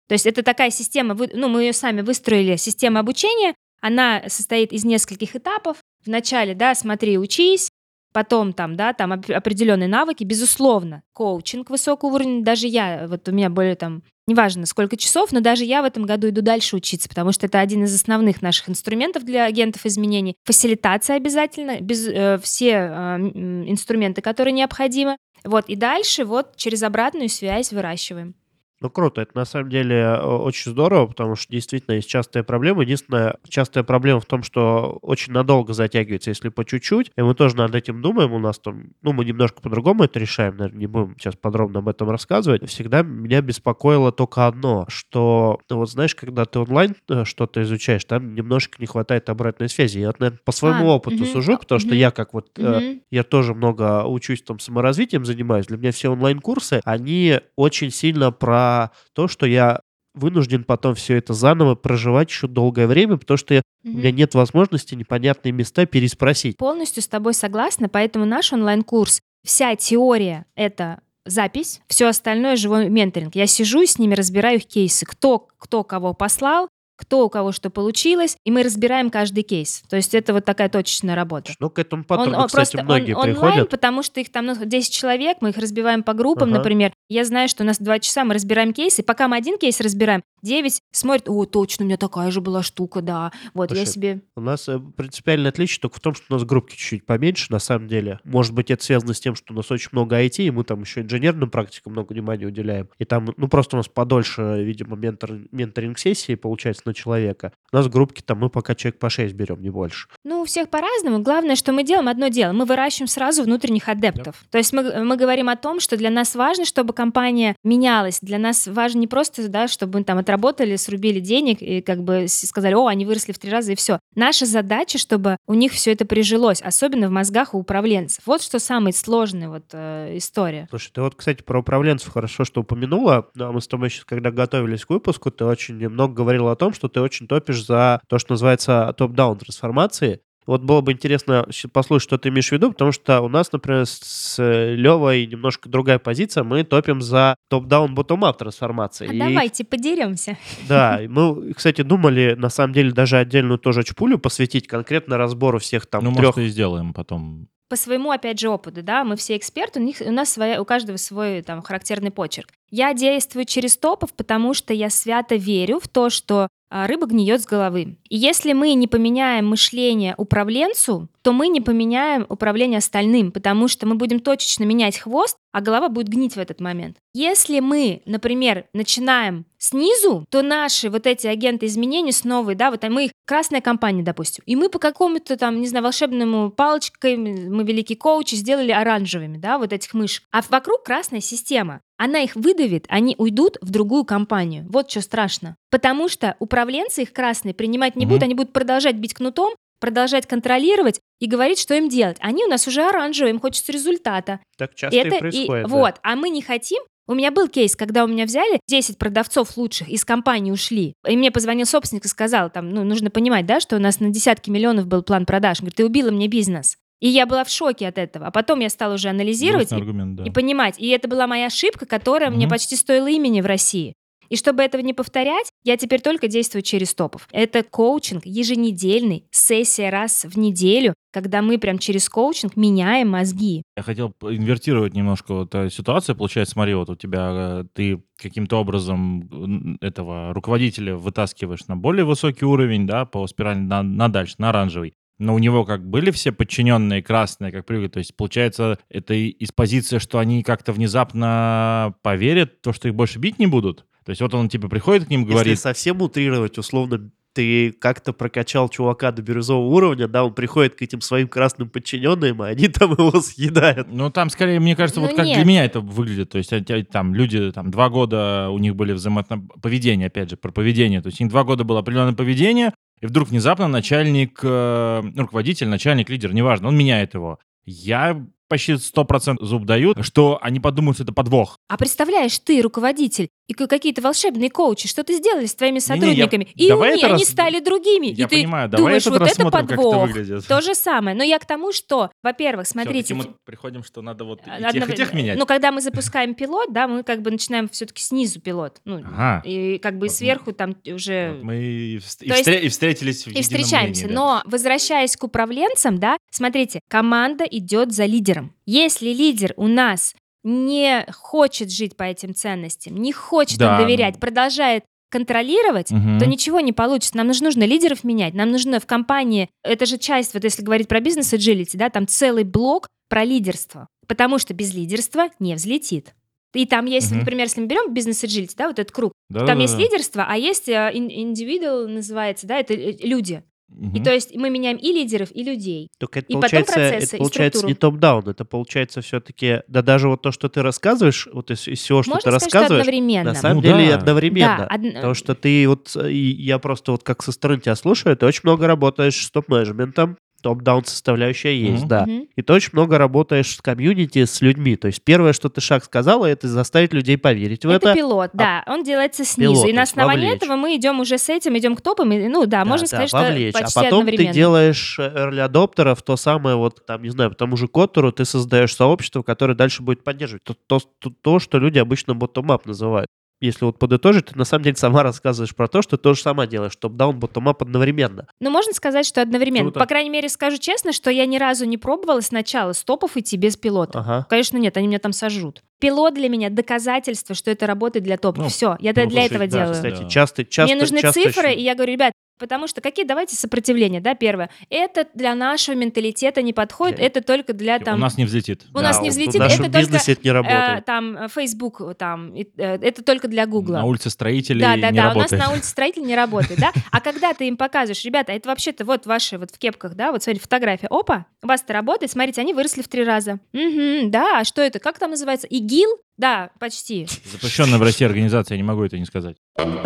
То есть это такая система, мы ее сами выстроили, система обучения, она состоит из нескольких этапов. Вначале, да, смотри, учись, потом там определенные навыки, безусловно, коучинг высокого уровня. Даже я, вот у меня более неважно сколько часов, но даже я в этом году иду дальше учиться, потому что это один из основных наших инструментов для агентов изменений. Фасилитация обязательно, все инструменты, которые необходимы. Вот, и дальше вот через обратную связь выращиваем. Ну, круто. Это на самом деле очень здорово, потому что действительно есть частая проблема. Единственная частая проблема в том, что очень надолго затягивается, если по чуть-чуть. И мы тоже над этим думаем. У нас там, мы немножко по-другому это решаем. Наверное, не будем сейчас подробно об этом рассказывать. Всегда меня беспокоило только одно, что, вот знаешь, когда ты онлайн что-то изучаешь, там немножко не хватает обратной связи. Я, наверное, по своему опыту сужу, потому что я я тоже много учусь там саморазвитием занимаюсь. Для меня все онлайн-курсы, они очень сильно про то, что я вынужден потом все это заново проживать еще долгое время, потому что у меня нет возможности непонятные места переспросить. Полностью с тобой согласна, поэтому наш онлайн-курс, вся теория — это запись, все остальное — живой менторинг. Я сижу и с ними разбираю их кейсы, кто кого послал, кто у кого что получилось, и мы разбираем каждый кейс. То есть это вот такая точечная работа. Ну, к этому паттерну, кстати, многие приходят. Онлайн, потому что их там 10 человек, мы их разбиваем по группам, например. Я знаю, что у нас 2 часа, мы разбираем кейсы, пока мы один кейс разбираем, 9 смотрят, точно, у меня такая же была штука, да. Вот, слушай, я себе... У нас принципиальное отличие только в том, что у нас группки чуть-чуть поменьше, на самом деле. Может быть, это связано с тем, что у нас очень много IT, и мы там еще инженерным практикам много внимания уделяем. И там, просто у нас подольше, видимо, менторинг-сессии получается на человека. У нас группки там мы пока человек по 6 берем, не больше. У всех по-разному. Главное, что мы делаем одно дело. Мы выращиваем сразу внутренних адептов. То есть мы говорим о том, что для нас важно, чтобы компания менялась. Для нас важно не просто, да, чтобы мы там отработали, срубили денег и как бы сказали, они выросли в 3 раза и все. Наша задача, чтобы у них все это прижилось, особенно в мозгах у управленцев. Вот что самая сложная история. Слушай, ты кстати, про управленцев хорошо, что упомянула. Мы с тобой сейчас, когда готовились к выпуску, ты очень много говорила о том, что ты очень топишь за то, что называется топ-даун трансформации. Вот было бы интересно послушать, что ты имеешь в виду, потому что у нас, например, с Левой немножко другая позиция. Мы топим за топ-даун, ботом-ап трансформации. Давайте подеремся. Да, мы, кстати, думали, на самом деле, даже отдельную тоже чпулю посвятить конкретно разбору всех там 3... может, и сделаем потом. По своему, опять же, опыту, да, мы все эксперты, у нас у каждого свой там характерный почерк. Я действую через топов, потому что я свято верю в то, что рыба гниет с головы. И если мы не поменяем мышление управленцу, то мы не поменяем управление остальным, потому что мы будем точечно менять хвост, а голова будет гнить в этот момент. Если мы, например, начинаем снизу, то наши эти агенты изменений снова, да, мы красная компания, допустим, и мы по какому-то там, не знаю, волшебному палочкой, мы великие коучи, сделали оранжевыми, да, этих мышек. А вокруг красная система. Она их выдавит, они уйдут в другую компанию. Вот что страшно. Потому что управленцы их красные принимать не будут, они будут продолжать бить кнутом, продолжать контролировать и говорить, что им делать. Они у нас уже оранжевые, им хочется результата. Так часто и происходит. А мы не хотим. У меня был кейс, когда у меня взяли 10 продавцов лучших, из компании ушли. И мне позвонил собственник и сказал, нужно понимать, да, что у нас на десятки миллионов был план продаж. Он говорит, ты убила мне бизнес. И я была в шоке от этого. А потом я стала уже анализировать и понимать. И это была моя ошибка, которая мне почти стоила имени в России. И чтобы этого не повторять, я теперь только действую через топов. Это коучинг еженедельный, сессия раз в неделю, когда мы прям через коучинг меняем мозги. Я хотел инвертировать немножко ситуацию. Получается, смотри, у тебя ты каким-то образом этого руководителя вытаскиваешь на более высокий уровень, да, по спирали на дальше, на оранжевый. Но у него были все подчиненные красные, как привыкли. То есть, получается, это из позиции, что они как-то внезапно поверят в то, что их больше бить не будут. То есть он приходит к ним и говорит... Если совсем утрировать, условно, ты как-то прокачал чувака до бирюзового уровня, да, он приходит к этим своим красным подчиненным, и они там его съедают. Там скорее, мне кажется, как для меня это выглядит. То есть там люди, 2 года у них были поведение, опять же, про поведение. То есть у них 2 года было определенное поведение, и вдруг внезапно начальник, руководитель, начальник, лидер, неважно, он меняет его. Я почти 100% зуб дают, что они подумают, что это подвох. А представляешь, ты руководитель, и какие-то волшебные коучи, что ты сделали с твоими сотрудниками? И давай это они стали другими. Я и ты понимаю, давай думаешь, этот вот это рассмотрим, как это подвох. выглядит. То же самое. Но я к тому, что, во-первых, смотрите... Всё-таки мы приходим, что надо вот и тех, и тех менять. Ну, когда мы запускаем пилот, да, мы как бы начинаем все-таки снизу пилот. Ну, Ага. и как бы сверху там уже... Вот мы и То есть- встретились в И едином встречаемся. мнении, да. Но, возвращаясь к управленцам, да, смотрите, команда идет за лидером. Если лидер у нас не хочет жить по этим ценностям, не хочет им Да. доверять, продолжает контролировать, Мгм. то ничего не получится. Нам нужно лидеров менять. Нам нужно в компании, это же часть, вот если говорить про бизнес agility, да, там целый блок про лидерство. Потому что без лидерства не взлетит. И там есть, Мгм. например, если мы берем бизнес agility, да, вот этот круг, Да-да-да. там есть лидерство, а есть individual называется, да, это люди. Мгм. И то есть мы меняем и лидеров, и людей. Только это И потом получается, процессы, это и получается структуру. не топ-даун, это получается все-таки, да даже вот то, что ты рассказываешь, вот из всего, что Можно ты сказать, что рассказываешь, одновременно. на самом Ну деле да. одновременно. Да, Потому что ты вот, и я просто вот как со стороны тебя слушаю, ты очень много работаешь с топ-менеджментом, топ-даун составляющая есть, Мгм. да. Мгм. И ты очень много работаешь с комьюнити, с людьми. То есть первое, что ты шаг сказала, это заставить людей поверить в Это это. пилот, да, он делается снизу. пилот, И то на есть основании вовлечь. этого мы идем уже с этим, идем к топам. И, ну да, можно сказать, что вовлечь. почти А потом одновременно. ты делаешь early адоптеров, то самое вот, там, не знаю, по тому же Коттеру ты создаешь сообщество, которое дальше будет поддерживать. То, что люди обычно bottom-up называют. Если вот подытожить, ты на самом деле сама рассказываешь про то, что ты тоже сама делаешь, топ-даун, bottom-up одновременно. Ну, можно сказать, что одновременно. Круто. По крайней мере, скажу честно, что я ни разу не пробовала сначала с топов идти без пилота. Ага. Конечно, нет, они меня там сожрут. Пилот для меня доказательство, что это работает для топов. Ну, Все, я ну, для слушай, этого да, делаю. Кстати, Да. часто Мне нужны цифры, очень- и я говорю, ребят, потому что какие, давайте сопротивления, да, первое. Это для нашего менталитета не подходит, Для- это только для там... У нас не взлетит. У нас не вот взлетит, в нашем это только, бизнесе это не работает. там Facebook, там, это только для Гугла. На улице строителей Да, не у нас работает. на улице строитель не работает, да? А когда ты им показываешь, ребята, это вообще-то вот ваши вот в кепках, да, вот смотрите, фотография, опа, у вас это работает, смотрите, они выросли в 3 раза. Мгм, да, а что это, как там называется, ИГИЛ? Да, почти. Запрещенная в России организация, я не могу это не сказать.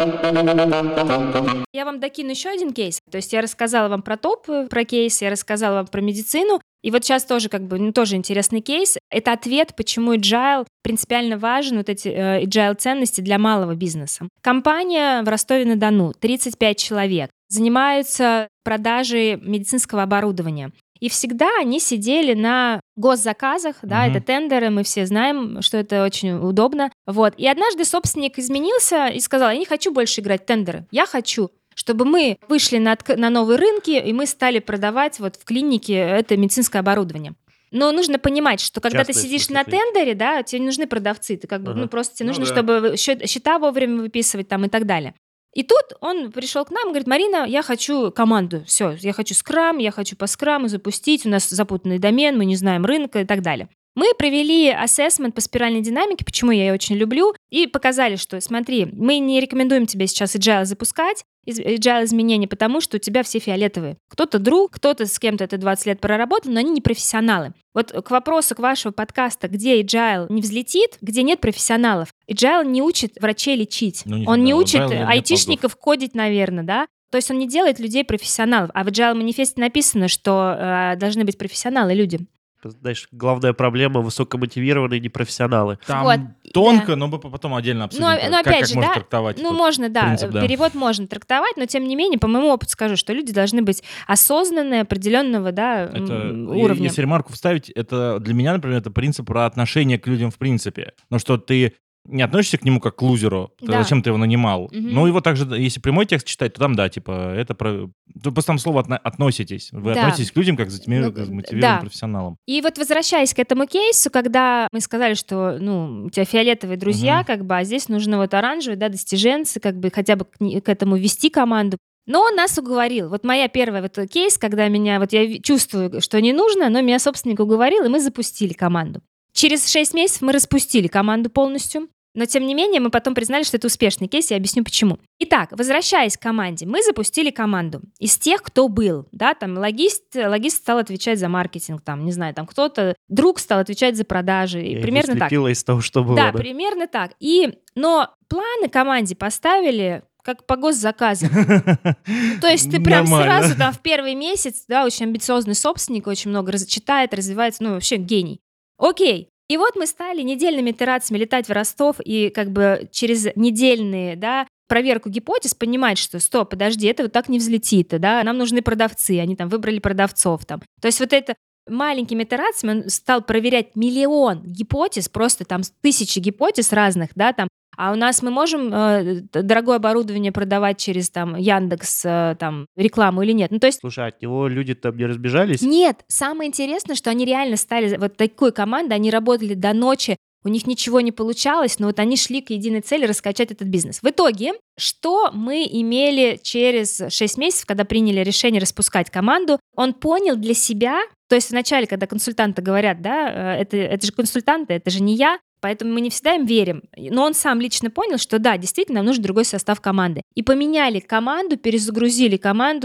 Я вам докину еще один кейс. То есть я рассказала вам про топ, про кейс, я рассказала вам про медицину. И вот сейчас тоже как бы, тоже интересный кейс. Это ответ, почему agile принципиально важен, вот эти agile ценности для малого бизнеса. Компания в Ростове-на-Дону, 35 человек, занимаются продажей медицинского оборудования. И всегда они сидели на госзаказах, да, Мгм. это тендеры, мы все знаем, что это очень удобно. Вот. И однажды собственник изменился и сказал, я не хочу больше играть в тендеры, я хочу, чтобы мы вышли на новые рынки, и мы стали продавать вот в клинике это медицинское оборудование. Но нужно понимать, что когда ты Частные, в сидишь смысле, на клиники. тендере, да, тебе не нужны продавцы, ты как бы, Ага. просто тебе Ну нужно, да. чтобы счета вовремя выписывать там и так далее. И тут он пришел к нам и говорит, Марина, я хочу команду, все, я хочу скрам, я хочу по скраму запустить, у нас запутанный домен, мы не знаем рынка и так далее. Мы провели ассессмент по спиральной динамике, почему я ее очень люблю, и показали, что, смотри, мы не рекомендуем тебе сейчас agile запускать, agile изменения, потому что у тебя все фиолетовые. Кто-то друг, кто-то с кем-то ты 20 лет проработал, но они не профессионалы. Вот к вопросу к вашего подкаста, где agile не взлетит, где нет профессионалов. Agile не учит врачей лечить. Ну, Он не да, учит agile нет айтишников кодить, наверное, да? То есть он не делает людей профессионалов. А в agile манифесте написано, что должны быть профессионалы люди. Знаешь, главная проблема — высокомотивированные непрофессионалы. Там Вот, тонко, но мы потом отдельно обсудим, Но как опять же, можно да, трактовать ну, этот можно, да, принцип, да. перевод можно трактовать, но тем не менее, по моему опыту скажу, что люди должны быть осознанные, определенного, да, Это, уровня. если ремарку вставить, это для меня, например, это принцип про отношение к людям в принципе. Но что ты не относишься к нему как к лузеру, Да. зачем ты его нанимал. Мгм. Ну, его также, если прямой текст читать, то там, да, типа, это про... Тут просто там слово «относитесь». Вы Да. относитесь к людям как к Ну, мотивированным да. профессионалам. И вот возвращаясь к этому кейсу, когда мы сказали, что, ну, у тебя фиолетовые друзья, Мгм. как бы, а здесь нужны вот оранжевые, да, достиженцы, как бы хотя бы к этому вести команду. Но он нас уговорил. Вот моя первая вот кейс, когда меня, вот я чувствую, что не нужно, но меня собственник уговорил, и мы запустили команду. Через 6 месяцев мы распустили команду полностью. Но, тем не менее, мы потом признали, что это успешный кейс, я объясню почему. Итак, возвращаясь к команде, мы запустили команду из тех, кто был, да, там логист стал отвечать за маркетинг, там, не знаю, там кто-то, друг стал отвечать за продажи, и Я примерно их так. слепила из того, что было. Да, да. примерно так. Но планы команде поставили как по госзаказу. То есть ты прям Нормально. сразу там в первый месяц, да, очень амбициозный собственник, очень много читает, развивается, ну, вообще гений. Окей. И вот мы стали недельными итерациями летать в Ростов и как бы через недельные, да, проверку гипотез понимать, что стоп, подожди, это вот так не взлетит, да, нам нужны продавцы, они там выбрали продавцов там. То есть вот это маленькими итерациями он стал проверять миллион гипотез, просто там тысячи гипотез разных, да, там. А у нас мы можем дорогое оборудование продавать через там Яндекс там рекламу или нет? Ну, то есть Слушай, от него люди там не разбежались? нет, самое интересное, что они реально стали вот такой командой, они работали до ночи, у них ничего не получалось, но вот они шли к единой цели раскачать этот бизнес. В итоге, что мы имели через 6 месяцев, когда приняли решение распускать команду, он понял для себя, то есть вначале, когда консультанты говорят, да, это же консультанты, это же не я, поэтому мы не всегда им верим. Но он сам лично понял, что да, действительно, нам нужен другой состав команды. И поменяли команду, перезагрузили команду,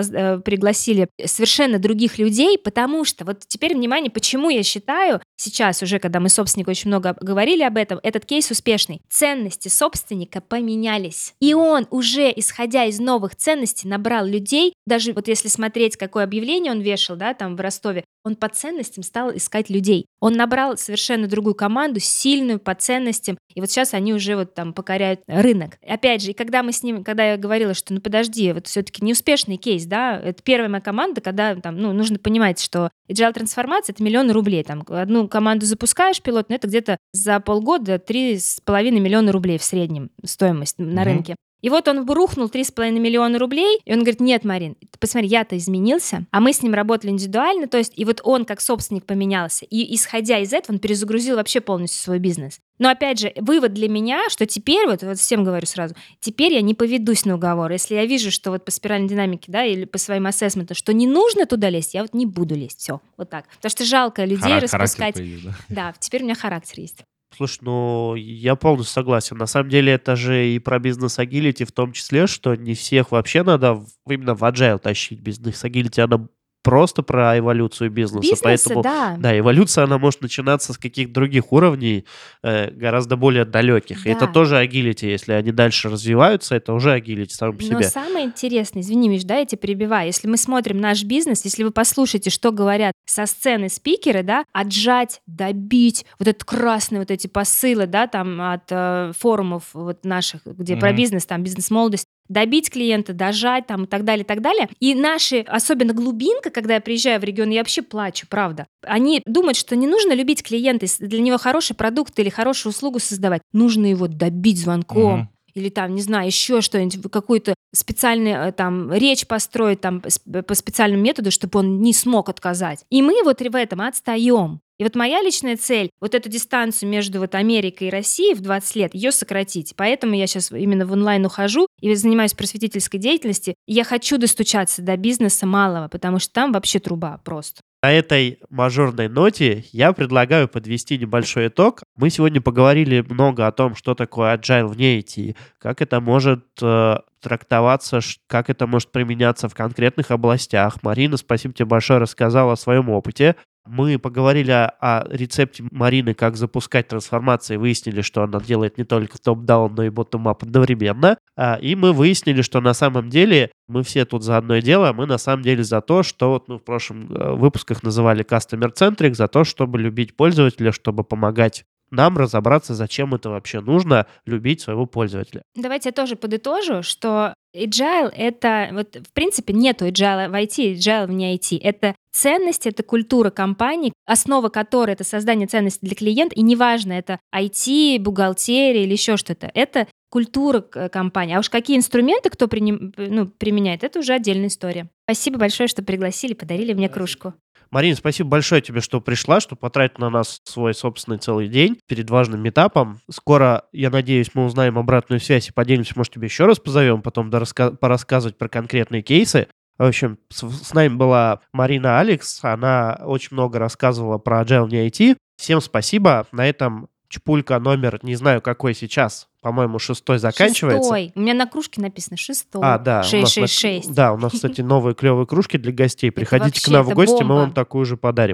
пригласили совершенно других людей, потому что, вот теперь, внимание, почему я считаю, сейчас уже, когда мы с собственником очень много говорили об этом, этот кейс успешный. Ценности собственника поменялись. И он уже, исходя из новых ценностей, набрал людей, даже вот если смотреть, какое объявление он вешал, да, там в Ростове, он по ценностям стал искать людей. Он набрал совершенно другую команду, сильную по ценностям, и вот сейчас они уже вот там покоряют рынок. Опять же, и когда мы с ним, когда я говорила, что ну подожди, вот все-таки неуспешный кейс, да, это первая моя команда, когда там, ну, нужно понимать, что agile трансформация — это миллионы рублей, там, одну команду запускаешь пилотную, это где-то за полгода 3,5 миллиона рублей в среднем стоимость на рынке. И вот он рухнул 3,5 миллиона рублей, и он говорит, нет, Марин, ты посмотри, я-то изменился, а мы с ним работали индивидуально, то есть, и вот он как собственник поменялся, и исходя из этого он перезагрузил вообще полностью свой бизнес. Но опять же, вывод для меня, что теперь, вот всем говорю сразу, теперь я не поведусь на уговор. Если я вижу, что вот по спиральной динамике, да, или по своим ассессментам, что не нужно туда лезть, я вот не буду лезть, все, вот так. Потому что жалко людей распускать. Появился, да. Да, теперь у меня характер есть. Слушай, ну, я полностью согласен. На самом деле, это же и про бизнес-агилити в том числе, что не всех вообще надо именно в agile тащить. Бизнес-агилити, она просто про эволюцию бизнеса. Бизнеса, Поэтому, да. эволюция, она может начинаться с каких-то других уровней, гораздо более далеких. И это Да. тоже агилити. Если они дальше развиваются, это уже агилити сам по Но себе. самое интересное, извини, Миш, да, я тебя перебиваю, если мы смотрим наш бизнес, если вы послушаете, что говорят со сцены спикеры, да, отжать, добить, вот это красные вот эти посылы, да, там от форумов вот наших, где про бизнес, там бизнес-молодость, добить клиента, дожать там и так далее, и так далее. И наши, особенно глубинка, когда я приезжаю в регион, я вообще плачу, правда. Они думают, что не нужно любить клиента, для него хороший продукт или хорошую услугу создавать. Нужно его добить звонком. Или там, не знаю, еще что-нибудь, какую-то специальную там речь построить там по специальному методу, чтобы он не смог отказать. И мы вот в этом отстаем. И вот моя личная цель, вот эту дистанцию между вот Америкой и Россией в 20 лет, ее сократить. Поэтому я сейчас именно в онлайн ухожу и занимаюсь просветительской деятельностью. И я хочу достучаться до бизнеса малого, потому что там вообще труба просто. На этой мажорной ноте я предлагаю подвести небольшой итог. Мы сегодня поговорили много о том, что такое agile вне IT, как это может трактоваться, как это может применяться в конкретных областях. Марина, спасибо тебе большое, рассказала о своем опыте. Мы поговорили о рецепте Марины, как запускать трансформации, выяснили, что она делает не только топ-даун, но и ботtom-ап одновременно. И мы выяснили, что на самом деле мы все тут за одно дело, мы на самом деле за то, что вот мы в прошлом выпусках называли customer-centric, за то, чтобы любить пользователя, чтобы помогать нам разобраться, зачем это вообще нужно, любить своего пользователя. Давайте я тоже подытожу, что agile — это, вот в принципе нету agile в IT, agile вне IT. Это ценности, это культура компании, основа которой — это создание ценностей для клиента, и неважно, это IT, бухгалтерия или еще что-то, это культура компании. А уж какие инструменты кто применяет, это уже отдельная история. Спасибо большое, что пригласили, подарили мне кружку. Марина, спасибо большое тебе, что пришла, что потратила на нас свой собственный целый день перед важным митапом. Скоро, я надеюсь, мы узнаем обратную связь и поделимся, может, тебе еще раз позовем, потом порассказывать про конкретные кейсы. В общем, с нами была Марина Алекс, она очень много рассказывала про Agile не IT. Всем спасибо, на этом Чпулька номер, не знаю какой сейчас, по-моему, 6 заканчивается. 6. У меня на кружке написано 6. Да. 666. Да, у нас, кстати, новые клевые кружки для гостей. Приходите к вообще, нам в это гости, мы бомба. вам такую же подарим.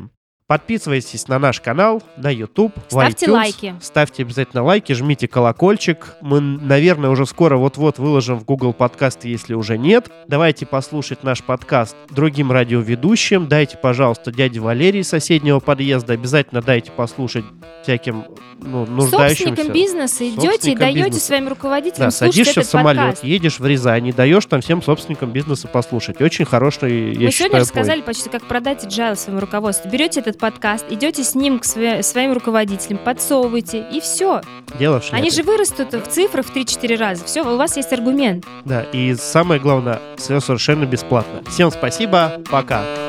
Подписывайтесь на наш канал, на YouTube, Ставьте в iTunes. лайки. Ставьте обязательно лайки, жмите колокольчик. Мы, наверное, уже скоро вот-вот выложим в Google подкасты, если уже нет. Давайте послушать наш подкаст другим радиоведущим. Дайте, пожалуйста, дяде Валерии из соседнего подъезда. Обязательно дайте послушать всяким нуждающимся. Собственникам бизнеса идете и даете своим руководителям слушать садишься этот в самолет, подкаст. едешь в Рязань и даешь там всем собственникам бизнеса послушать. Очень хороший, я Мы считаю, сегодня рассказали point. почти, как продать agile своему руководству. Берете этот подкаст, идете с ним к своим руководителям, подсовываете, и все. Дело в шляпе. Они же вырастут в цифрах в 3-4 раза. Все, у вас есть аргумент. Да, и самое главное, все совершенно бесплатно. Всем спасибо, пока.